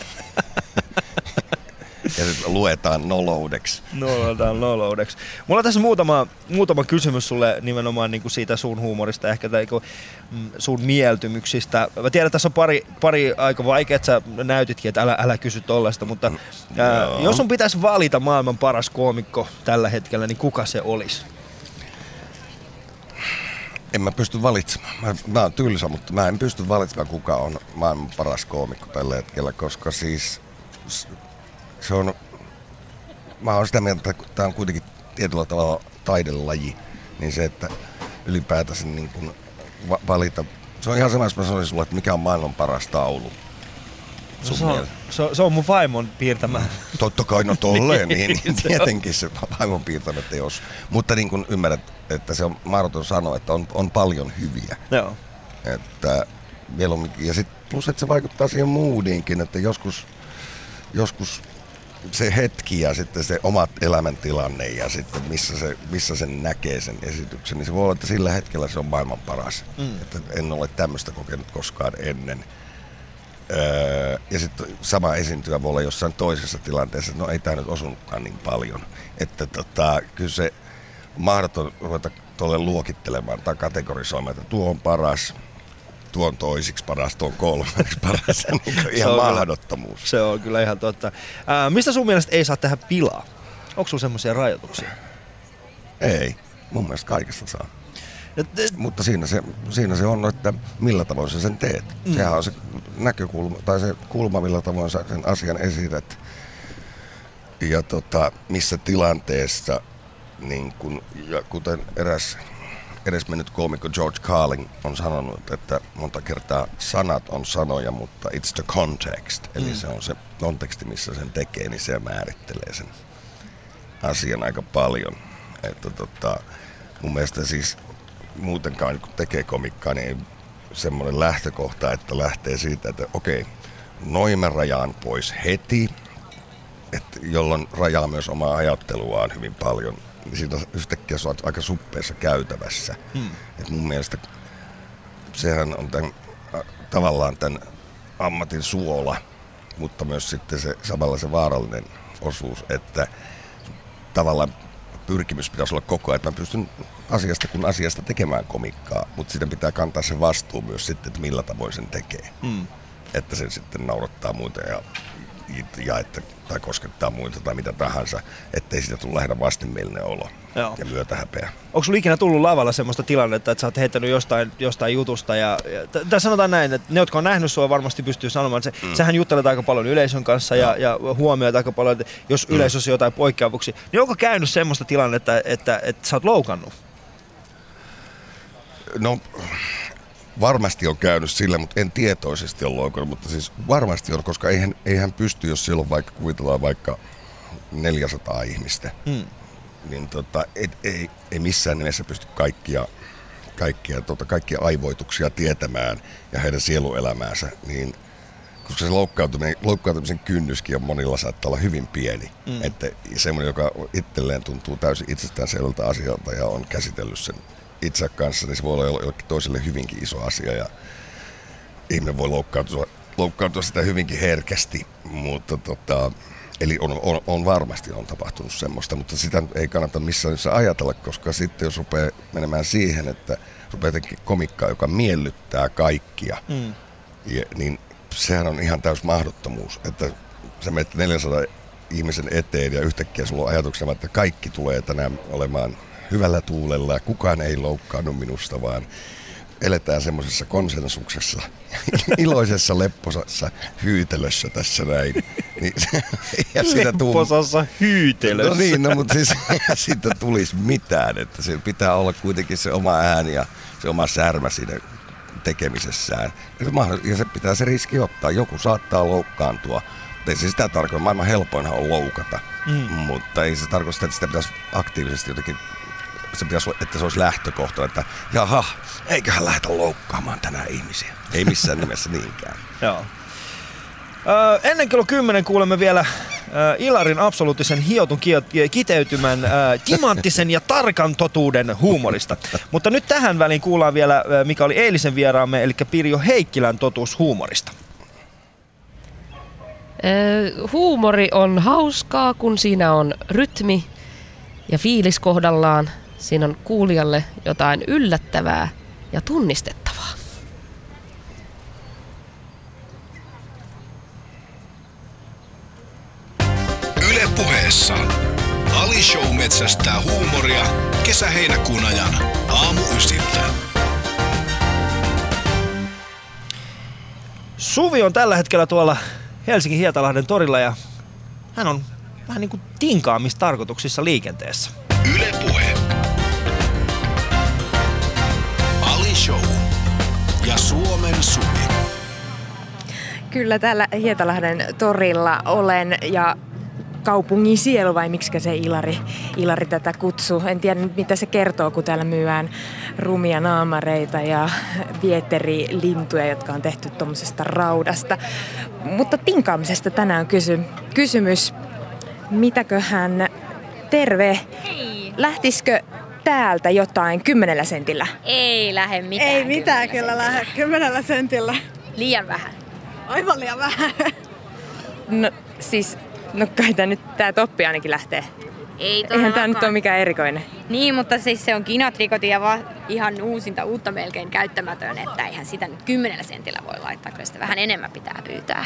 Ja sitten luetaan noloudeksi. Luetaan noloudeksi. Mulla on tässä muutama, muutama kysymys sulle nimenomaan niin kuin siitä sun huumorista, ehkä tai niin sun mieltymyksistä. Mä tiedän, että tässä on pari, pari aika vaikea, että sä näytitkin, että älä, älä kysy tollaista, mutta ää, jos sun pitäisi valita maailman paras koomikko tällä hetkellä, niin kuka se olisi? En mä pysty valitsemaan. Mä, mä oon tylsä, mutta mä en pysty valitsemaan, kuka on maailman paras koomikko tällä hetkellä, koska siis se on, mä oon sitä mieltä, että tää on kuitenkin tietyllä tavalla taidelaji, niin se, että ylipäätänsä niin kun valita Se on ihan sama, jos mä sanoisin sulle, että mikä on maailman paras taulu. No se, on, se, on, se on mun vaimon piirtämä. Totta kai, no tolleen, niin, niin tietenkin se vaimon piirtämä teos. Mutta niin kuin ymmärrät, että se on mahdoton sanoa, että on, on paljon hyviä. Joo. Että mieluummin, ja sit plus, että se vaikuttaa siihen moodiinkin, että joskus, joskus se hetki ja sitten se omat elämäntilanne ja sitten missä, se, missä sen näkee sen esityksen, niin se voi olla, että sillä hetkellä se on maailman paras. Mm. Että en ole tämmöistä kokenut koskaan ennen. Öö, ja sitten sama esiintyjä voi olla jossain toisessa tilanteessa, että no ei tää nyt osunutkaan niin paljon. Että tota, kyllä se on mahdoton ruveta tuolle luokittelemaan tai kategorisoimaan, että tuo on paras, tuo on toisiksi paras, tuo on kolmanneksi paras. Niin ihan mahdottomuus. Kyllä, se on kyllä ihan totta. Ää, mistä sun mielestä ei saa tehdä pilaa? Onko sulla semmoisia rajoituksia? Ei. Mun mielestä kaikesta saa. Te... Mutta siinä se, siinä se on, että millä tavoin sä sen teet. Mm. Sehän on se näkökulma tai se kulma, millä tavoin sä sen asian esität. Ja tota, missä tilanteessa, niin kun, ja kuten eräs edesmennyt koomikko George Carlin on sanonut, että monta kertaa sanat on sanoja, mutta it's the context. Mm. Eli se on se konteksti, missä sen tekee, niin se määrittelee sen asian aika paljon. Että tota, mun mielestä siis muutenkaan, kun tekee komikkaa, niin semmoinen lähtökohta, että lähtee siitä, että okei, noin mä rajaan pois heti, että jolloin rajaa myös omaa ajatteluaan hyvin paljon. Siinä yhtäkkiä sä oot aika suppeessa käytävässä. Hmm. Et mun mielestä sehän on tämän, tavallaan tämän ammatin suola, mutta myös sitten se samalla se vaarallinen osuus, että tavallaan pyrkimys pitäisi olla koko ajan, että mä pystyn asiasta kun asiasta tekemään komikkaa, mutta sitten pitää kantaa se vastuu myös sitten, että millä tavoin sen tekee. Mm. Että sen sitten naurattaa muita ja, ja että, tai koskettaa muita tai mitä tahansa, ettei siitä tule lähinnä vastenmielinen olo. Joo. Ja myötähäpeä. Onko sulla ikinä tullut lavalla semmoista tilannetta, että sä oot heittänyt jostain, jostain jutusta ja, ja t- sanotaan näin, että ne, jotka on nähnyt sua, varmasti pystyy sanomaan, että se, mm. sähän juttelet aika paljon yleisön kanssa ja, ja huomioit aika paljon, että jos mm. yleisössä on jotain poikkeavuuksia, niin onko käynyt semmoista tilannetta, että, että, että sä oot loukannut? No varmasti on käynyt sillä, mutta en tietoisesti ole loukannut, mutta siis varmasti on, koska eihän, eihän pysty, jos siellä on vaikka, kuvitellaan vaikka neljäsataa ihmistä, mm. niin tota, et, ei, ei missään nimessä pysty kaikkia, kaikkia, tota, kaikkia aivoituksia tietämään ja heidän sieluelämäänsä, niin koska se loukkaantuminen, loukkaantumisen kynnyskin on monilla saattaa olla hyvin pieni. Mm. Että semmoinen, joka itselleen tuntuu täysin itsestäänselvältä asialta ja on käsitellyt sen itse kanssa, niin se voi olla jollekin toiselle hyvinkin iso asia ja ihminen voi loukkaantua, loukkaantua sitä hyvinkin herkästi, mutta tota, eli on, on, on varmasti on tapahtunut semmoista, mutta sitä ei kannata missään nimessä ajatella, koska sitten jos rupeaa menemään siihen, että rupeaa tekemään komikkaa, joka miellyttää kaikkia, mm. ja, niin sehän on ihan täys mahdottomuus, että sä menet neljänsadan ihmisen eteen ja yhtäkkiä sulla on ajatuksena, että kaikki tulee tänään olemaan hyvällä tuulella ja kukaan ei loukkaannut minusta, vaan eletään semmoisessa konsensuksessa, iloisessa lepposassa hyytelössä tässä näin. Niin, ja lepposassa hyytelössä. No niin, no, mutta siis siitä tulisi mitään, että se pitää olla kuitenkin se oma ääni ja se oma särmä siinä tekemisessään. Ja se, ja se pitää se riski ottaa. Joku saattaa loukkaantua, mutta ei se sitä tarkoita. Maailman helpoinhan on loukata, mm. mutta ei se tarkoita, että sitä pitäisi aktiivisesti jotenkin, se pitäisi, että se olisi lähtökohta, että jaha, eiköhän lähdetä loukkaamaan tänään ihmisiä. Ei missään nimessä niinkään. Joo. Ö, ennen kello kymmenen kuulemme vielä ö, Ilarin absoluuttisen hiotun kiteytymän ö, timanttisen ja tarkan totuuden huumorista. Mutta nyt tähän väliin kuullaan vielä, ö, mikä oli eilisen vieraamme, eli Pirjo Heikkilän totuus huumorista. Ö, huumori on hauskaa, kun siinä on rytmi ja fiilis kohdallaan. Siinä on kuulijalle jotain yllättävää ja tunnistettavaa. Yle Puheessa Ali Show metsästää huumoria kesä-heinäkuun ajan aamu ysiltä. Suvi on tällä hetkellä tuolla Helsingin Hietalahden torilla ja hän on vähän niin kuin tinkaamistarkoituksissa liikenteessä. Yle Puhe. Ali Show ja Suomi. Kyllä, täällä Hietalahden torilla olen ja kaupungin sielu, vai miksikä se Ilari, Ilari tätä kutsuu. En tiedä mitä se kertoo, kun täällä myyään rumia naamareita ja vieterilintuja, jotka on tehty tuommoisesta raudasta. Mutta tinkaamisesta tänään on kysy- kysymys. Mitäköhän, terve, Hei. lähtisikö täältä jotain kymmenellä sentillä? Ei lähde mitään. Ei mitään kymmenellä kyllä lähde kymmenellä sentillä. Liian vähän. Aivan liian vähän. No siis, no kai tää nyt tää toppi ainakin lähtee. Ei Eihän tää nyt ole mikään erikoinen. Niin, mutta siis se on kinatrikoti ja va- ihan uusinta uutta melkein käyttämätön, että eihän sitä nyt kymmenellä sentillä voi laittaa, kyllä sitä vähän enemmän pitää pyytää.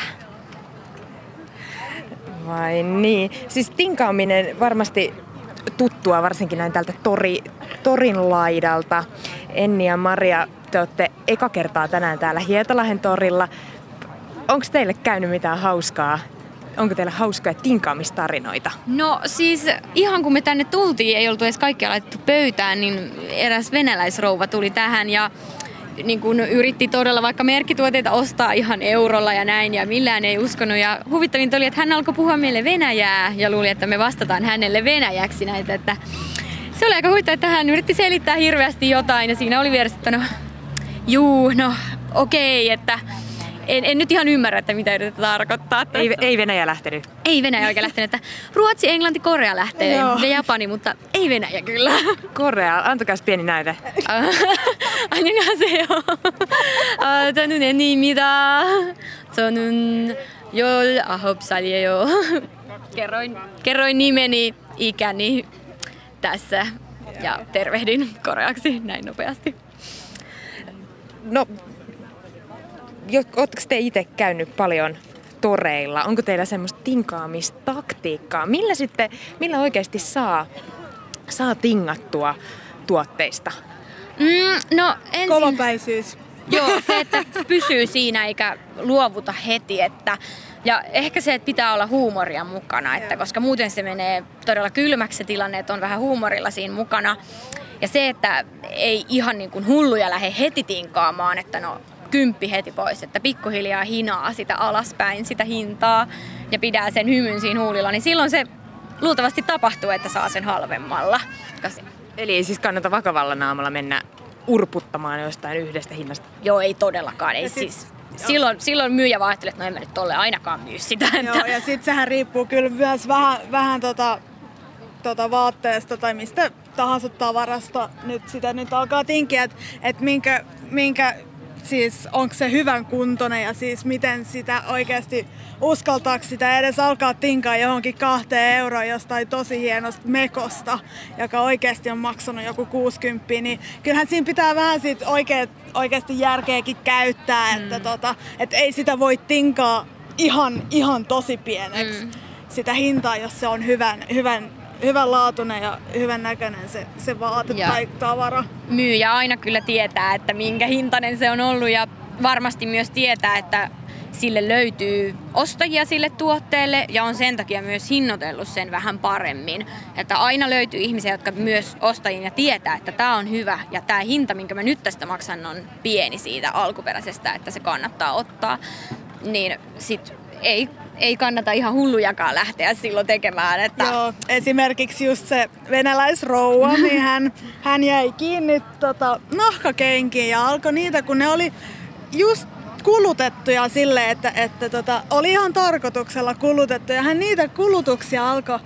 Vai niin. Siis tinkaaminen varmasti tuttua, varsinkin näin tältä tori, torin laidalta. Enni ja Maria, te olette eka kertaa tänään täällä Hietalahden torilla. Onko teille käynyt mitään hauskaa? Onko teillä hauskoja tinkaamistarinoita? No siis ihan kun me tänne tultiin, ei oltu edes kaikkia laitettu pöytään, niin eräs venäläisrouva tuli tähän ja niin kun yritti todella vaikka merkkituotteita ostaa ihan eurolla ja näin ja millään ei uskonut. Ja huvittavinta oli, että hän alkoi puhua meille venäjää ja luuli, että me vastataan hänelle venäjäksi näitä. Että se oli aika huvittavaa, että hän yritti selittää hirveästi jotain ja siinä oli vieressä, että no juu, no okei, että en, en nyt ihan ymmärrä, että mitä yritetään tarkoittaa. Ei, ei Venäjä lähtenyt. Ei Venäjä oikein lähtenyt, että Ruotsi, Englanti, Korea lähtee Joo. ja Japani, mutta ei Venäjä kyllä. Korea, antakaa pieni näyte. 안녕하세요. 저는 애니입니다. 저는 열아홉 살이에요. Kerroin, kerroin nimeni, ikäni tässä ja tervehdin koreaksi näin nopeasti. No, ootteko te itse käynyt paljon toreilla? Onko teillä semmoista tinkaamistaktiikkaa? Millä sitten, millä oikeasti saa, saa tingattua tuotteista? Mm, no ensin... Kolopäisyys. Joo, se, että pysyy siinä eikä luovuta heti. Että, ja ehkä se, että pitää olla huumoria mukana, että, koska muuten se menee todella kylmäksi se tilanne, että on vähän huumorilla siinä mukana. Ja se, että ei ihan niin kuin hulluja lähde heti tinkaamaan, että no kymppi heti pois, että pikkuhiljaa hinaa sitä alaspäin, sitä hintaa ja pidää sen hymyn siinä huulilla, niin silloin se luultavasti tapahtuu, että saa sen halvemmalla. Eli ei siis kannata vakavalla naamalla mennä urputtamaan jostain yhdestä hinnasta. Joo, ei todellakaan. Ei sit- siis. Silloin, silloin myyjä vaan ajattelee, että no en mä nyt tolle ainakaan myy sitä. Että... Joo, ja sit sehän riippuu kyllä myös vähän, vähän tota, tota vaatteesta tai mistä tahansa tavarasta nyt sitä nyt alkaa tinkiä, että et minkä, minkä siis onko se hyvän kuntoinen ja siis miten sitä oikeasti uskaltaako sitä edes alkaa tinkaa johonkin kahteen euroon jostain tosi hienosta mekosta, joka oikeasti on maksanut joku kuusikymmentä, niin kyllähän siinä pitää vähän siitä oikea, oikeasti järkeäkin käyttää, mm. että tota, et ei sitä voi tinkaa ihan, ihan tosi pieneksi mm. sitä hintaa, jos se on hyvän, hyvän hyvänlaatuinen ja hyvän näköinen se, se vaate ja tai tavara. Myyjä aina kyllä tietää, että minkä hintainen se on ollut ja varmasti myös tietää, että sille löytyy ostajia sille tuotteelle ja on sen takia myös hinnoitellut sen vähän paremmin. Että aina löytyy ihmisiä, jotka myös ostajina tietää, että tämä on hyvä ja tämä hinta, minkä mä nyt tästä maksan, on pieni siitä alkuperäisestä, että se kannattaa ottaa. Niin sit ei Ei kannata ihan hullujakaan lähteä silloin tekemään. Että... Joo, esimerkiksi just se venäläisrouva, niin hän, hän jäi kiinni tota, nahkakenkiin ja alkoi niitä, kun ne oli just kulutettuja silleen, että, että tota, oli ihan tarkoituksella kulutettuja. Hän niitä kulutuksia alkoi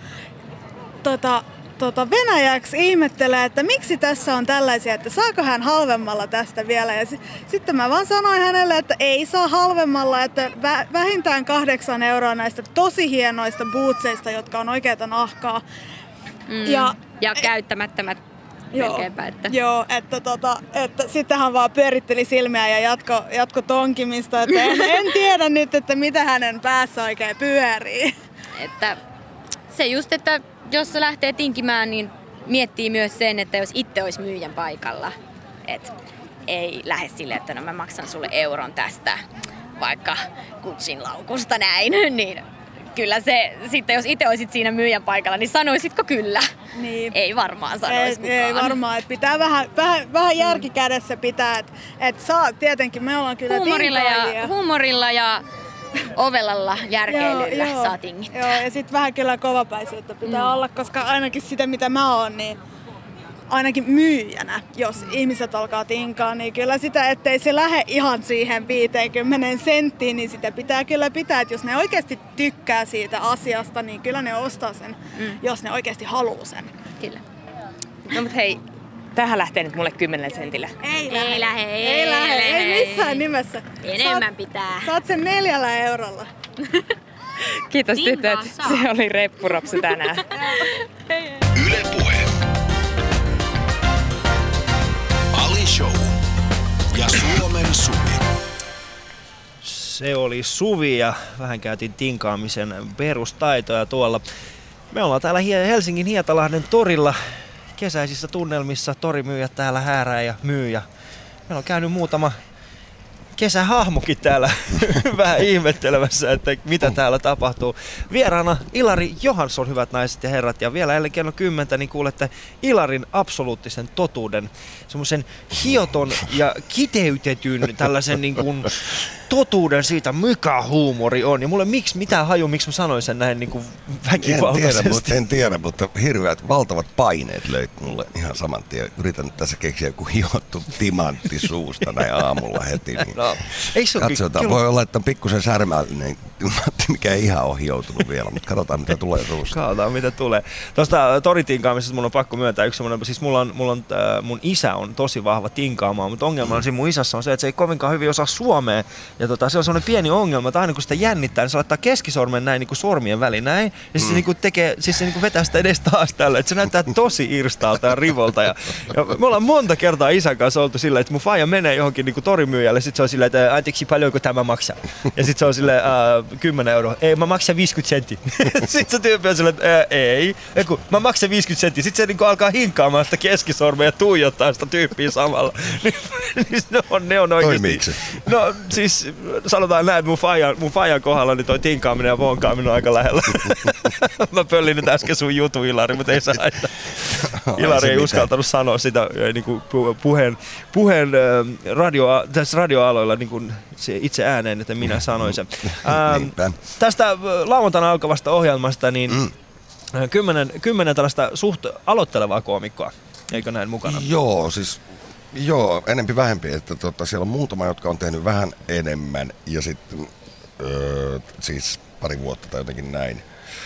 tota, tota, venäjäksi ihmettelee, että miksi tässä on tällaisia, että saako hän halvemmalla tästä vielä. Ja s- sitten mä vaan sanoin hänelle, että ei saa halvemmalla, että vä- vähintään kahdeksan euroa näistä tosi hienoista bootseista, jotka on oikeata nahkaa. Mm. Ja, ja käyttämättömät joo, melkeinpä. Että... Joo, että, tota, että sitten hän vaan pyöritteli silmiä ja jatko, jatko tonkimista, että en, en tiedä nyt, että mitä hänen päässä oikein pyörii. Että se just, että jos se lähtee tinkimään, niin miettii myös sen, että jos itse olisi myyjän paikalla, että ei lähde silleen, että no mä maksan sulle euron tästä vaikka Gucciin laukusta näin, niin kyllä se sitten, jos itse olisit siinä myyjän paikalla, niin sanoisitko kyllä? Niin. Ei varmaan sanoisi ei, kukaan. ei varmaan, että pitää vähän, vähän, vähän järki kädessä pitää, että et saa, tietenkin me ollaan kyllä huumorilla tinkaajia. ja, huumorilla ja ovelalla järkeilyllä Joo, joo. saa tingittyä. Joo, ja sitten vähän kyllä kovapäisyyttä pitää mm. olla, koska ainakin sitä mitä mä oon, niin ainakin myyjänä, jos ihmiset alkaa tinkaa, niin kyllä sitä, ettei se lähde ihan siihen viisikymmentä senttiin, niin sitä pitää kyllä pitää, että jos ne oikeasti tykkää siitä asiasta, niin kyllä ne ostaa sen, mm. jos ne oikeasti haluaa sen. Kyllä. No mut hei, tähän lähtee nyt mulle kymmenellä sentillä. Ei lähde, Ei lähde, ei ei, lähde, lähde. ei missään nimessä. Enemmän saat, pitää. Saat sen neljällä eurolla. Kiitos Tinkaa tytöt, saa. se oli reppuropsu tänään. Yle Puhe. Ali Show ja Suomen Suvi. Se oli Suvi ja vähän käytiin tinkaamisen perustaitoja tuolla. Me ollaan täällä Helsingin Hietalahden torilla kesäisissä tunnelmissa. Torimyyjät täällä häärää ja myy. Ja meillä on käynyt muutama kesähahmokin täällä vähän ihmettelemässä, että mitä täällä tapahtuu. Vieraana Ilari Johansson, hyvät naiset ja herrat. Ja vielä ennen kello kymmentä niin kuulette Ilarin absoluuttisen totuuden. Semmoisen hioton ja kiteytetyn tällaisen niin kuin totuuden siitä, mikä huumori on. Ja mulle miksi mitään haju, miksi mä sanoin sen näin niin kuin väkivaltaisesti. En tiedä, mutta, en tiedä, mutta hirveät valtavat paineet löit mulle ihan saman tien. Yritän nyt tässä keksiä joku hiottu timantti suusta näin aamulla heti. Niin no, ei se katsotaan, kyllä voi olla, että on pikkusen särmällinen timantti, mikä ei ihan ole hioutunut vielä, mutta katsotaan mitä tulee suusta. Katsotaan mitä tulee. Tuosta toritinkaamisesta mun on pakko myöntää yksi semmoinen, siis mulla on, mulla on, äh, mun isä on tosi vahva tinkaamaan, mutta ongelma on siinä mun isässä on se, että se ei kovinkaan hyvin osaa suomea. Ja tota, se on semmoinen pieni ongelma, että aina kun sitä jännittää, niin se laittaa keskisormen näin niin kuin sormien väliin näin. Ja siis mm. se, niin kuin tekee, siis se niin kuin vetää sitä edes taas tällä. Että se näyttää tosi irstaalta ja rivolta. Ja, ja me ollaan monta kertaa isän kanssa oltu silleen, että mun faija menee johonkin niin kuin torimyyjälle. Sitten se on silleen, että anteeksi paljonko tämä maksaa. Ja sitten se on silleen, äh, kymmenen euroa. Ei, mä maksan viisikymmentä senttiä. Sitten se tyyppi on silleen, että äh, ei. Eiku, mä maksan viisikymmentä senttiä. Sitten se niin kuin alkaa hinkaamaan sitä keskisormea ja tuijottaa sitä tyyppiä samalla. Niin ne on, ne on oikeasti. Toimiiko se? No siis sanotaan näin, että mun fajan, mun fajan kohdalla niin toi tinkaaminen ja vonkaaminen on aika lähellä. Mä pöllin nyt äsken sun jutu, Ilari, mutta ei saa haittaa. Ilari ei uskaltanut sanoa sitä niin kuin puheen, puheen radio, tässä radioaloilla niin kuin itse ääneen, että minä sanoin sen. Ähm, tästä lauantaina alkavasta ohjelmasta, niin mm. kymmenen, kymmenen tällaista suht aloittelevaa koomikkoa, eikö näin mukana? Joo, siis joo, enempi vähempi, että tota, siellä on muutama, jotka on tehnyt vähän enemmän ja sitten öö, siis pari vuotta tai jotenkin näin.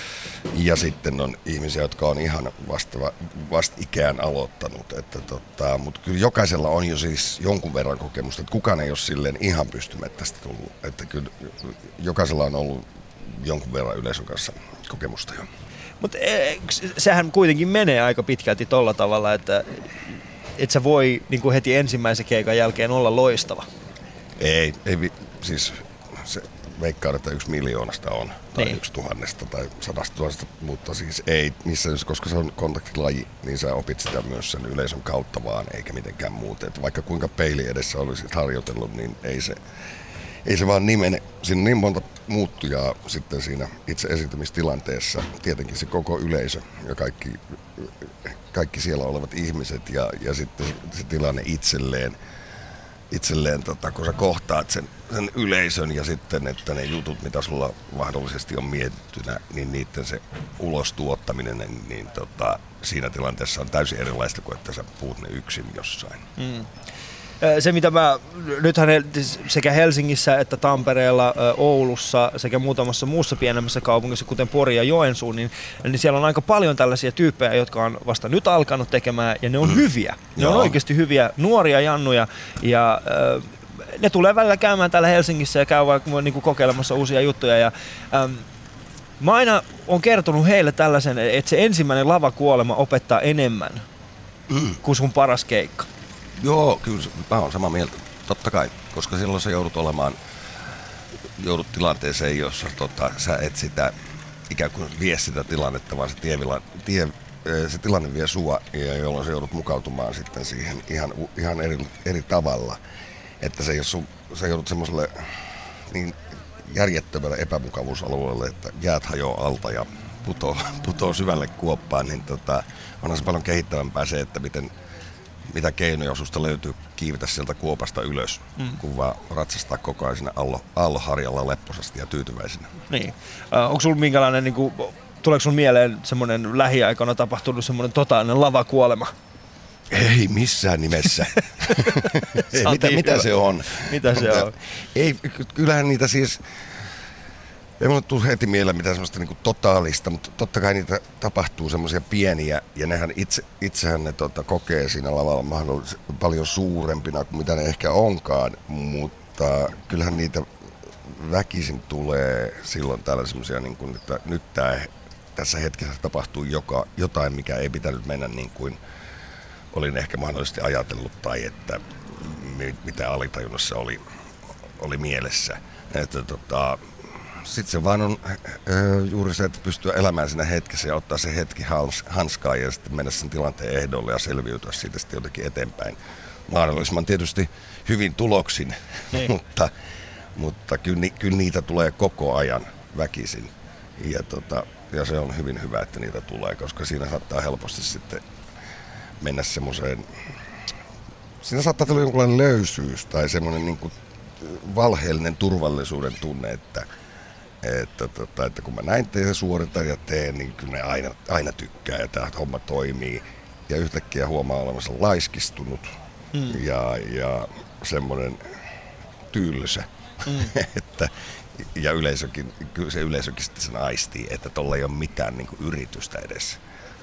Ja sitten on ihmisiä, jotka on ihan vasta, vasta ikään aloittanut, että tota, mutta kyllä jokaisella on jo siis jonkun verran kokemusta, että kukaan ei ole silleen ihan pystymättä tullut, että kyllä jokaisella on ollut jonkun verran yleisön kanssa kokemusta jo. Mutta sehän kuitenkin menee aika pitkälti tolla tavalla, että et sä voi niin kuin heti ensimmäisen keikan jälkeen olla loistava. Ei, ei siis se veikkaan, että yksi miljoonasta on, tai niin. yksi tuhannesta tai sadasta tuhannesta, mutta siis ei missään, koska se on kontaktilaji, niin sä opit sitä myös sen yleisön kautta vaan, eikä mitenkään muuten. Että vaikka kuinka peili edessä olisit harjoitellut, niin ei se, ei se vaan nimene. Siinä on niin monta muuttujaa sitten siinä itse esiintymistilanteessa. Tietenkin se koko yleisö ja kaikki, kaikki siellä olevat ihmiset ja, ja sitten se tilanne itselleen. itselleen, tota, kun sä kohtaat sen, sen yleisön ja sitten, että ne jutut, mitä sulla mahdollisesti on mietittynä, niin niiden se ulostuottaminen, niin, niin tota, siinä tilanteessa on täysin erilaista kuin, että sä puhut ne yksin jossain. Mm. Se, mitä mä, nythän sekä Helsingissä että Tampereella, Oulussa sekä muutamassa muussa pienemmässä kaupungissa, kuten Pori ja Joensuu, niin, niin siellä on aika paljon tällaisia tyyppejä, jotka on vasta nyt alkanut tekemään, ja ne on mm. hyviä. Ne Joo. on oikeasti hyviä nuoria jannuja, ja äh, ne tulee välillä käymään täällä Helsingissä ja käy vaikka niin kuin kokeilemassa uusia juttuja. Ja, ähm, mä aina on kertonut heille tällaisen, että se ensimmäinen lavakuolema opettaa enemmän mm. kuin sun paras keikka. Joo, kyllä mä oon samaa mieltä, totta kai, koska silloin sä joudut olemaan, joudut tilanteeseen, jossa tota, sä et sitä ikään kuin vie sitä tilannetta, vaan se, tievila, tie, se tilanne vie sua, ja jolloin sä joudut mukautumaan sitten siihen ihan, ihan eri, eri tavalla, että se, jos sun, sä joudut semmoiselle niin järjettömälle epämukavuusalueelle, että jäät hajoaa alta ja putoo, putoo syvälle kuoppaan, niin tota, onhan se paljon kehittävämpää se, että miten mitä keinoja susta löytyy kiivetä sieltä kuopasta ylös, mm. kun vaan ratsastaa koko ajan siinä allo, alloharjalla lepposasti ja tyytyväisenä. Niin. Äh, onko sulla minkälainen, niin kuin, tuleeko sun mieleen semmoinen lähiaikana tapahtunut semmoinen totaalinen lavakuolema? Ei missään nimessä. Ei, mitä, mitä se on? Mitä se on? Ei, kyllähän niitä siis... Ei mulle tule heti mieleen mitään semmoista niinku totaalista, mutta totta kai niitä tapahtuu semmoisia pieniä, ja nehän itse, itsehän ne tota, kokee siinä lavalla mahdollisesti paljon suurempina kuin mitä ne ehkä onkaan, mutta kyllähän niitä väkisin tulee silloin täällä semmoisia, niin kuin, että nyt tää, tässä hetkessä tapahtuu joka, jotain, mikä ei pitänyt mennä niin kuin olin ehkä mahdollisesti ajatellut tai että mitä alitajunnassa oli, oli mielessä. Että tota, sitten se vaan on äh, juuri se, että pystyy elämään siinä hetkessä ja ottaa se hetki hans, hanskaan ja sitten mennä sen tilanteen ehdolle ja selviytyä siitä sitten jotenkin eteenpäin. Mahdollisimman tietysti hyvin tuloksin, mutta, mutta kyllä, kyllä niitä tulee koko ajan väkisin. Ja, tota, ja se on hyvin hyvä, että niitä tulee, koska siinä saattaa helposti sitten mennä semmoiseen, siinä saattaa tulla jonkinlainen löysyys tai semmoinen niin kuin valheellinen turvallisuuden tunne, että Että, tota, että kun mä näin teen, suoritan ja teen, niin kyllä ne aina, aina tykkää ja tämä homma toimii. Ja yhtäkkiä huomaa olevansa laiskistunut mm. ja, ja semmoinen tylsä. Mm. että, ja yleisökin, kyllä se yleisökin sitten sen aistii, että tuolla ei ole mitään niin kuin yritystä edes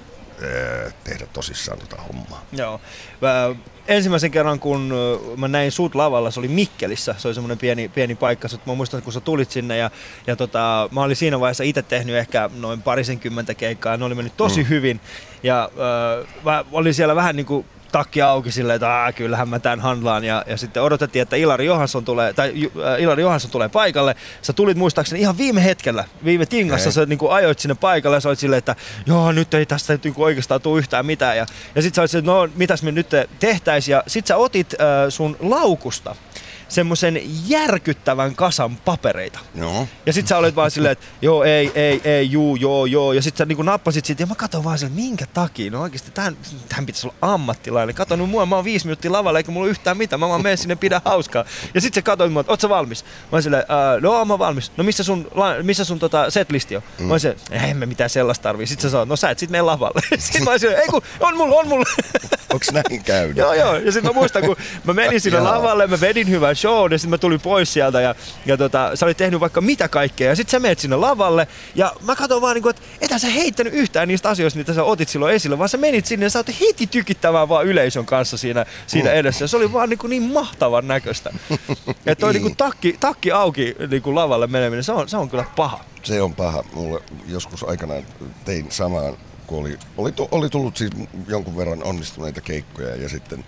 tehdä tosissaan tota hommaa. Joo. Mä, ensimmäisen kerran, kun mä näin sut lavalla, se oli Mikkelissä. Se oli semmoinen pieni, pieni paikka. Mä muistan, kun sä tulit sinne ja, ja tota, mä olin siinä vaiheessa itse tehnyt ehkä noin parisenkymmentä keikkaa. Ne oli mennyt tosi mm. hyvin. Ja äh, mä olin siellä vähän niin kuin takki auki silleen, että aah, kyllähän mä tämän handlaan. Ja, ja sitten odotettiin, että Ilari Johansson tulee, tai äh, Ilari Johansson tulee paikalle. Sä tulit muistaakseni ihan viime hetkellä, viime tingassa, okay. Sä niin kuin ajoit sinne paikalle ja sä olit silleen, että joo, nyt ei tästä niin kuin oikeastaan tule yhtään mitään. Ja, ja sit sä olit silleen, no mitäs me nyt tehtäisiin. Ja sit sä otit äh, sun laukusta semmoisen järkyttävän kasan papereita. Joo. Ja sit sä olet vaan silleen, että joo, ei, ei, ei, juu, joo, joo. Ja sit sä niinku nappasit siitä ja mä katson vaan silleen, minkä takia? No oikeesti, tähän, tähän pitäisi olla ammattilainen. Kato nyt mua, mä oon viisi minuuttia lavalla eikä mulla ole yhtään mitään. Mä vaan menen sinne, pidä hauskaa. Ja sit sä katsoit mua, että oot sä valmis? Mä oon silleen, no mä oon valmis. No missä sun, missä sun tota setlisti on? Mm. Mä oon silleen, ei me mitään sellaista tarvii. Sit sä sanoit, no sä et sit mene lavalle. Sit mä oon silleen, ei kun, on mulla, on mulla. Onks näin käynyt? Joo, joo. Ja sit mä muistan, kun mä menin sinne lavalle, mä vedin hyvän show, ja sit mä tulin pois sieltä ja, ja tota, sä olit tehnyt vaikka mitä kaikkea ja sit sä menet sinne lavalle ja mä katson vaan niinku, että etä sä heittänyt yhtään niistä asioista, mitä sä otit silloin esille, vaan sä menit sinne ja sä oot heti tykittämään vaan yleisön kanssa siinä, siinä edessä ja se oli vaan niinku niin mahtavan näköistä. Että toi niinku takki, takki auki niinku lavalle meneminen, se on, se on kyllä paha. Se on paha. Mulle joskus aikanaan tein samaan, kun oli, oli, oli tullut siis jonkun verran onnistuneita keikkoja ja sitten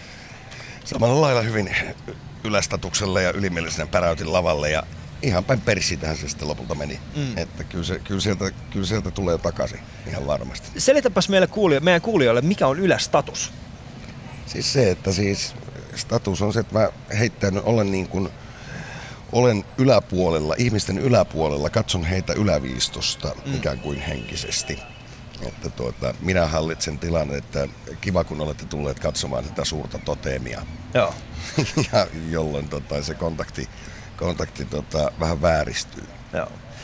samalla lailla hyvin ylästatuksella ja ylimielisenä päräytin lavalle ja ihan päin perssitähän se sitten lopulta meni. Mm. Että kyllä, se, kyllä, sieltä, kyllä sieltä tulee takaisin ihan varmasti. Selitäpäs meille kuulija, meidän kuulijoille, mikä on ylästatus? Siis se, että siis status on se, että mä heittänyt olen niin kuin, olen yläpuolella, ihmisten yläpuolella, katson heitä yläviistosta mm. ikään kuin henkisesti. Että tuota, minä hallitsen tilanne, että kiva kun olette tulleet katsomaan tätä suurta toteemia. Joo. ja jolloin tota, se kontakti, kontakti tota, vähän vääristyy. Joo.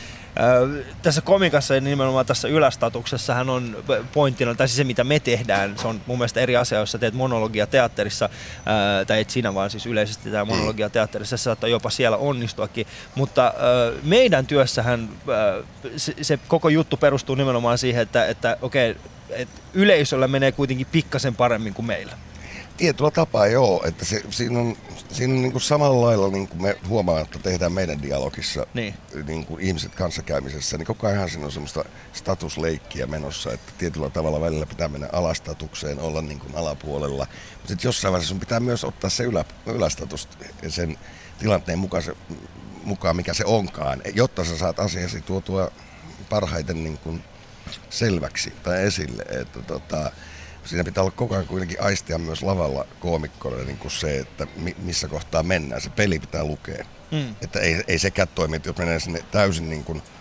Äh, tässä komikassa ja nimenomaan tässä ylästatuksessahan on pointtina, tai siis se mitä me tehdään, se on mun mielestä eri asia, jos sä teet monologia teatterissa, äh, tai et sinä vaan siis yleisesti tämä monologia teatterissa, se saattaa jopa siellä onnistuakin, mutta äh, meidän työssähän äh, se, se koko juttu perustuu nimenomaan siihen, että, että okei, et yleisöllä menee kuitenkin pikkasen paremmin kuin meillä. Tietyllä tapaa joo, että se, siinä on, siinä on niin kuin samalla lailla niin kuin me huomaa, että tehdään meidän dialogissa niin. Niin kuin ihmiset kanssakäymisessä, niin koko ajan siinä on semmoista statusleikkiä menossa, että tietyllä tavalla välillä pitää mennä alastatukseen, olla niin kuin alapuolella, mutta sitten jossain vaiheessa sun pitää myös ottaa se ylä, ylästatus sen tilanteen mukaan, se, mukaan, mikä se onkaan, jotta sä saat asiasi tuotua parhaiten niin kuin selväksi tai esille, että tota, siinä pitää olla koko ajan kuitenkin aistia myös lavalla koomikkoille niin kuin se, että mi- missä kohtaa mennään. Se peli pitää lukea. Mm. Että ei, ei sekään toimi, että jos menee sinne täysin niin kuin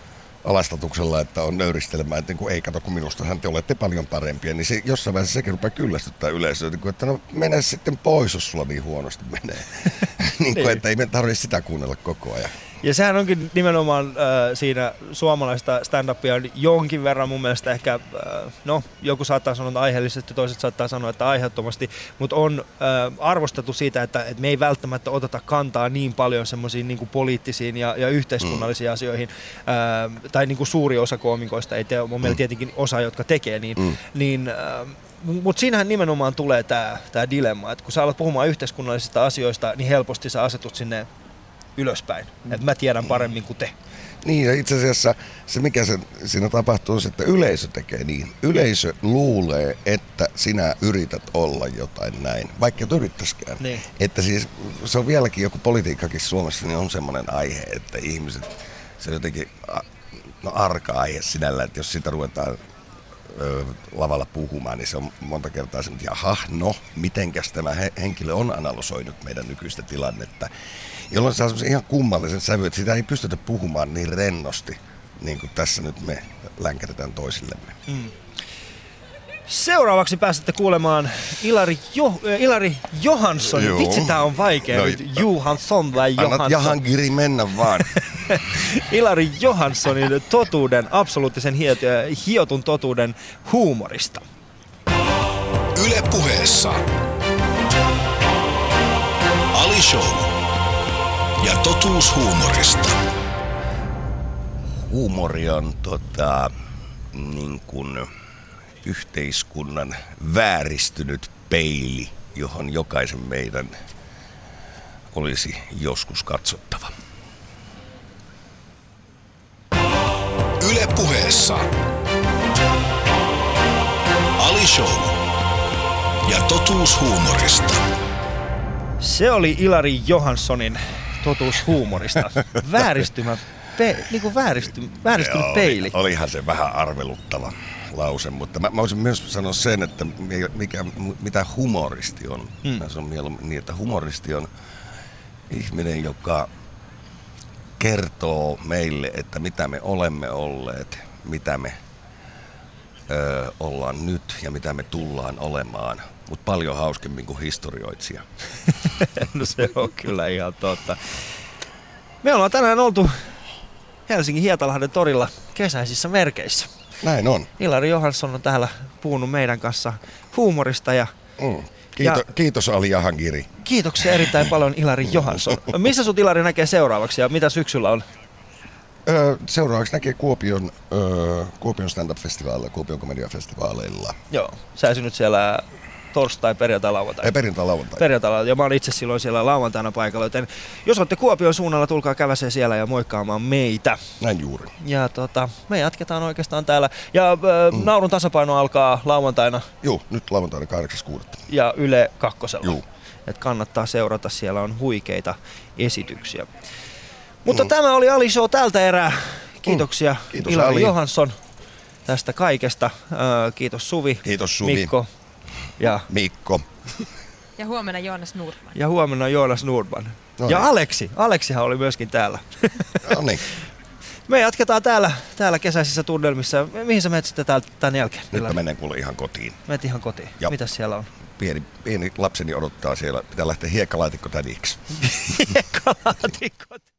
alastatuksella, että on nöyristelmää, että niin ei kato, kun minustahan te olette paljon parempia, niin se jossain vaiheessa sekin rupeaa kyllästyttää yleisöä, niin kuin, että no mene sitten pois, jos sulla niin huonosti menee. niin kuin, että ei me tarvitse sitä kuunnella koko ajan. Ja sehän onkin nimenomaan äh, siinä suomalaista stand-upia on jonkin verran mun mielestä ehkä, äh, no joku saattaa sanoa aiheellisesti, toiset saattaa sanoa, että aiheuttomasti, mutta on äh, arvostettu siitä, että, että me ei välttämättä oteta kantaa niin paljon semmoisiin niin kuin poliittisiin ja, ja yhteiskunnallisiin mm. asioihin, äh, tai niin kuin suuri osa koomikoista ei tee, on meillä mm. tietenkin osa, jotka tekee niin, mm. niin äh, mutta siinähän nimenomaan tulee tämä tää dilemma, että kun sä alat puhumaan yhteiskunnallisista asioista, niin helposti sä asetut sinne ylöspäin, että mä tiedän paremmin kuin te. Niin, ja itse asiassa se, mikä se, siinä tapahtuu, on se, että yleisö tekee niin. Yleisö luulee, että sinä yrität olla jotain näin, vaikka et yrittäisikään. Niin. Että siis se on vieläkin joku politiikkakin Suomessa, niin on semmoinen aihe, että ihmiset, se on jotenkin no, arka aihe sinällään, että jos sitä ruvetaan ö, lavalla puhumaan, niin se on monta kertaa se, että jaha, no, mitenkäs tämä he, henkilö on analysoinut meidän nykyistä tilannetta. Jolloin se on ihan kummallisen sävy, että sitä ei pystytä puhumaan niin rennosti, niin kuin tässä nyt me länkäretään toisillemme. Mm. Seuraavaksi pääsette kuulemaan Ilari, jo, äh, Ilari Johansson. Joo. Vitsi, tää on vaikea no, nyt. Johansson vai Johansson? Annat Jahangiri mennä vaan. Ilari Johanssonin totuuden, absoluuttisen hieto, hiotun totuuden huumorista. Yle Puheessa Ali Show. Ja totuus huumorista. Huumori on tota, niin kuin yhteiskunnan vääristynyt peili, johon jokaisen meidän olisi joskus katsottava. Yle Puheessa Ali Show. Ja totuus huumorista. Se oli Ilari Johanssonin totuus huumorista. Vääristymä, pe, niin kuin vääristy, vääristynyt peili. Oli, olihan se vähän arveluttava lause, mutta mä, mä voisin myös sanoa sen, että mikä, mitä humoristi on. Hmm. Mä sanon mieluummin niin, että humoristi on ihminen, joka kertoo meille, että mitä me olemme olleet, mitä me ö, ollaan nyt ja mitä me tullaan olemaan. Mutta paljon hauskemmin kuin historioitsija. No se on kyllä ihan totta. Me ollaan tänään oltu Helsingin Hietalahden torilla kesäisissä merkeissä. Näin on. Ilari Johansson on täällä puhunut meidän kanssa huumorista. Ja, mm. Kiito, ja kiitos Ali Jahangiri. Kiitoksia erittäin paljon Ilari Johansson. Missä sut Ilari näkee seuraavaksi ja mitä syksyllä on? Öö, seuraavaksi näkee Kuopion, öö, Kuopion stand-up-festivaaleilla, Kuopion komediafestivaaleilla. Joo, sä nyt siellä torstai, perjantai, lauantai. Ei, perjantai, lauantai. Perjantai, lauantai. Ja mä oon itse silloin siellä lauantaina paikalla, joten jos olette Kuopion suunnalla, tulkaa käväseen siellä ja moikkaamaan meitä. Näin juuri. Ja tota, me jatketaan oikeastaan täällä. Ja äh, mm. Naurun tasapaino alkaa lauantaina. Joo, nyt lauantaina kahdeksas kuudetta. Ja Yle kakkosella. Joo. Et kannattaa seurata, siellä on huikeita esityksiä. Mutta mm. tämä oli Ali Show tältä erää. Kiitoksia mm. Kiitos, Ilari Ali. Johansson tästä kaikesta. Äh, kiitos Suvi. Kiitos Suvi. Mikko. Ja Mikko. Ja huomenna Joonas Nordman. Ja huomenna Joonas Nordman. No ja niin. Aleksi. Aleksihan oli myöskin täällä. No niin. Me jatketaan täällä, täällä kesäisissä tunnelmissa. Mihin sä menet sitten täältä tämän jälkeen? Nyt mä menen kuule ihan kotiin. Menet ihan kotiin. Ja mitäs siellä on? Pieni, pieni lapseni odottaa siellä. Pitää lähteä hiekkalaatikko tädiksi. Hiekkalaatikko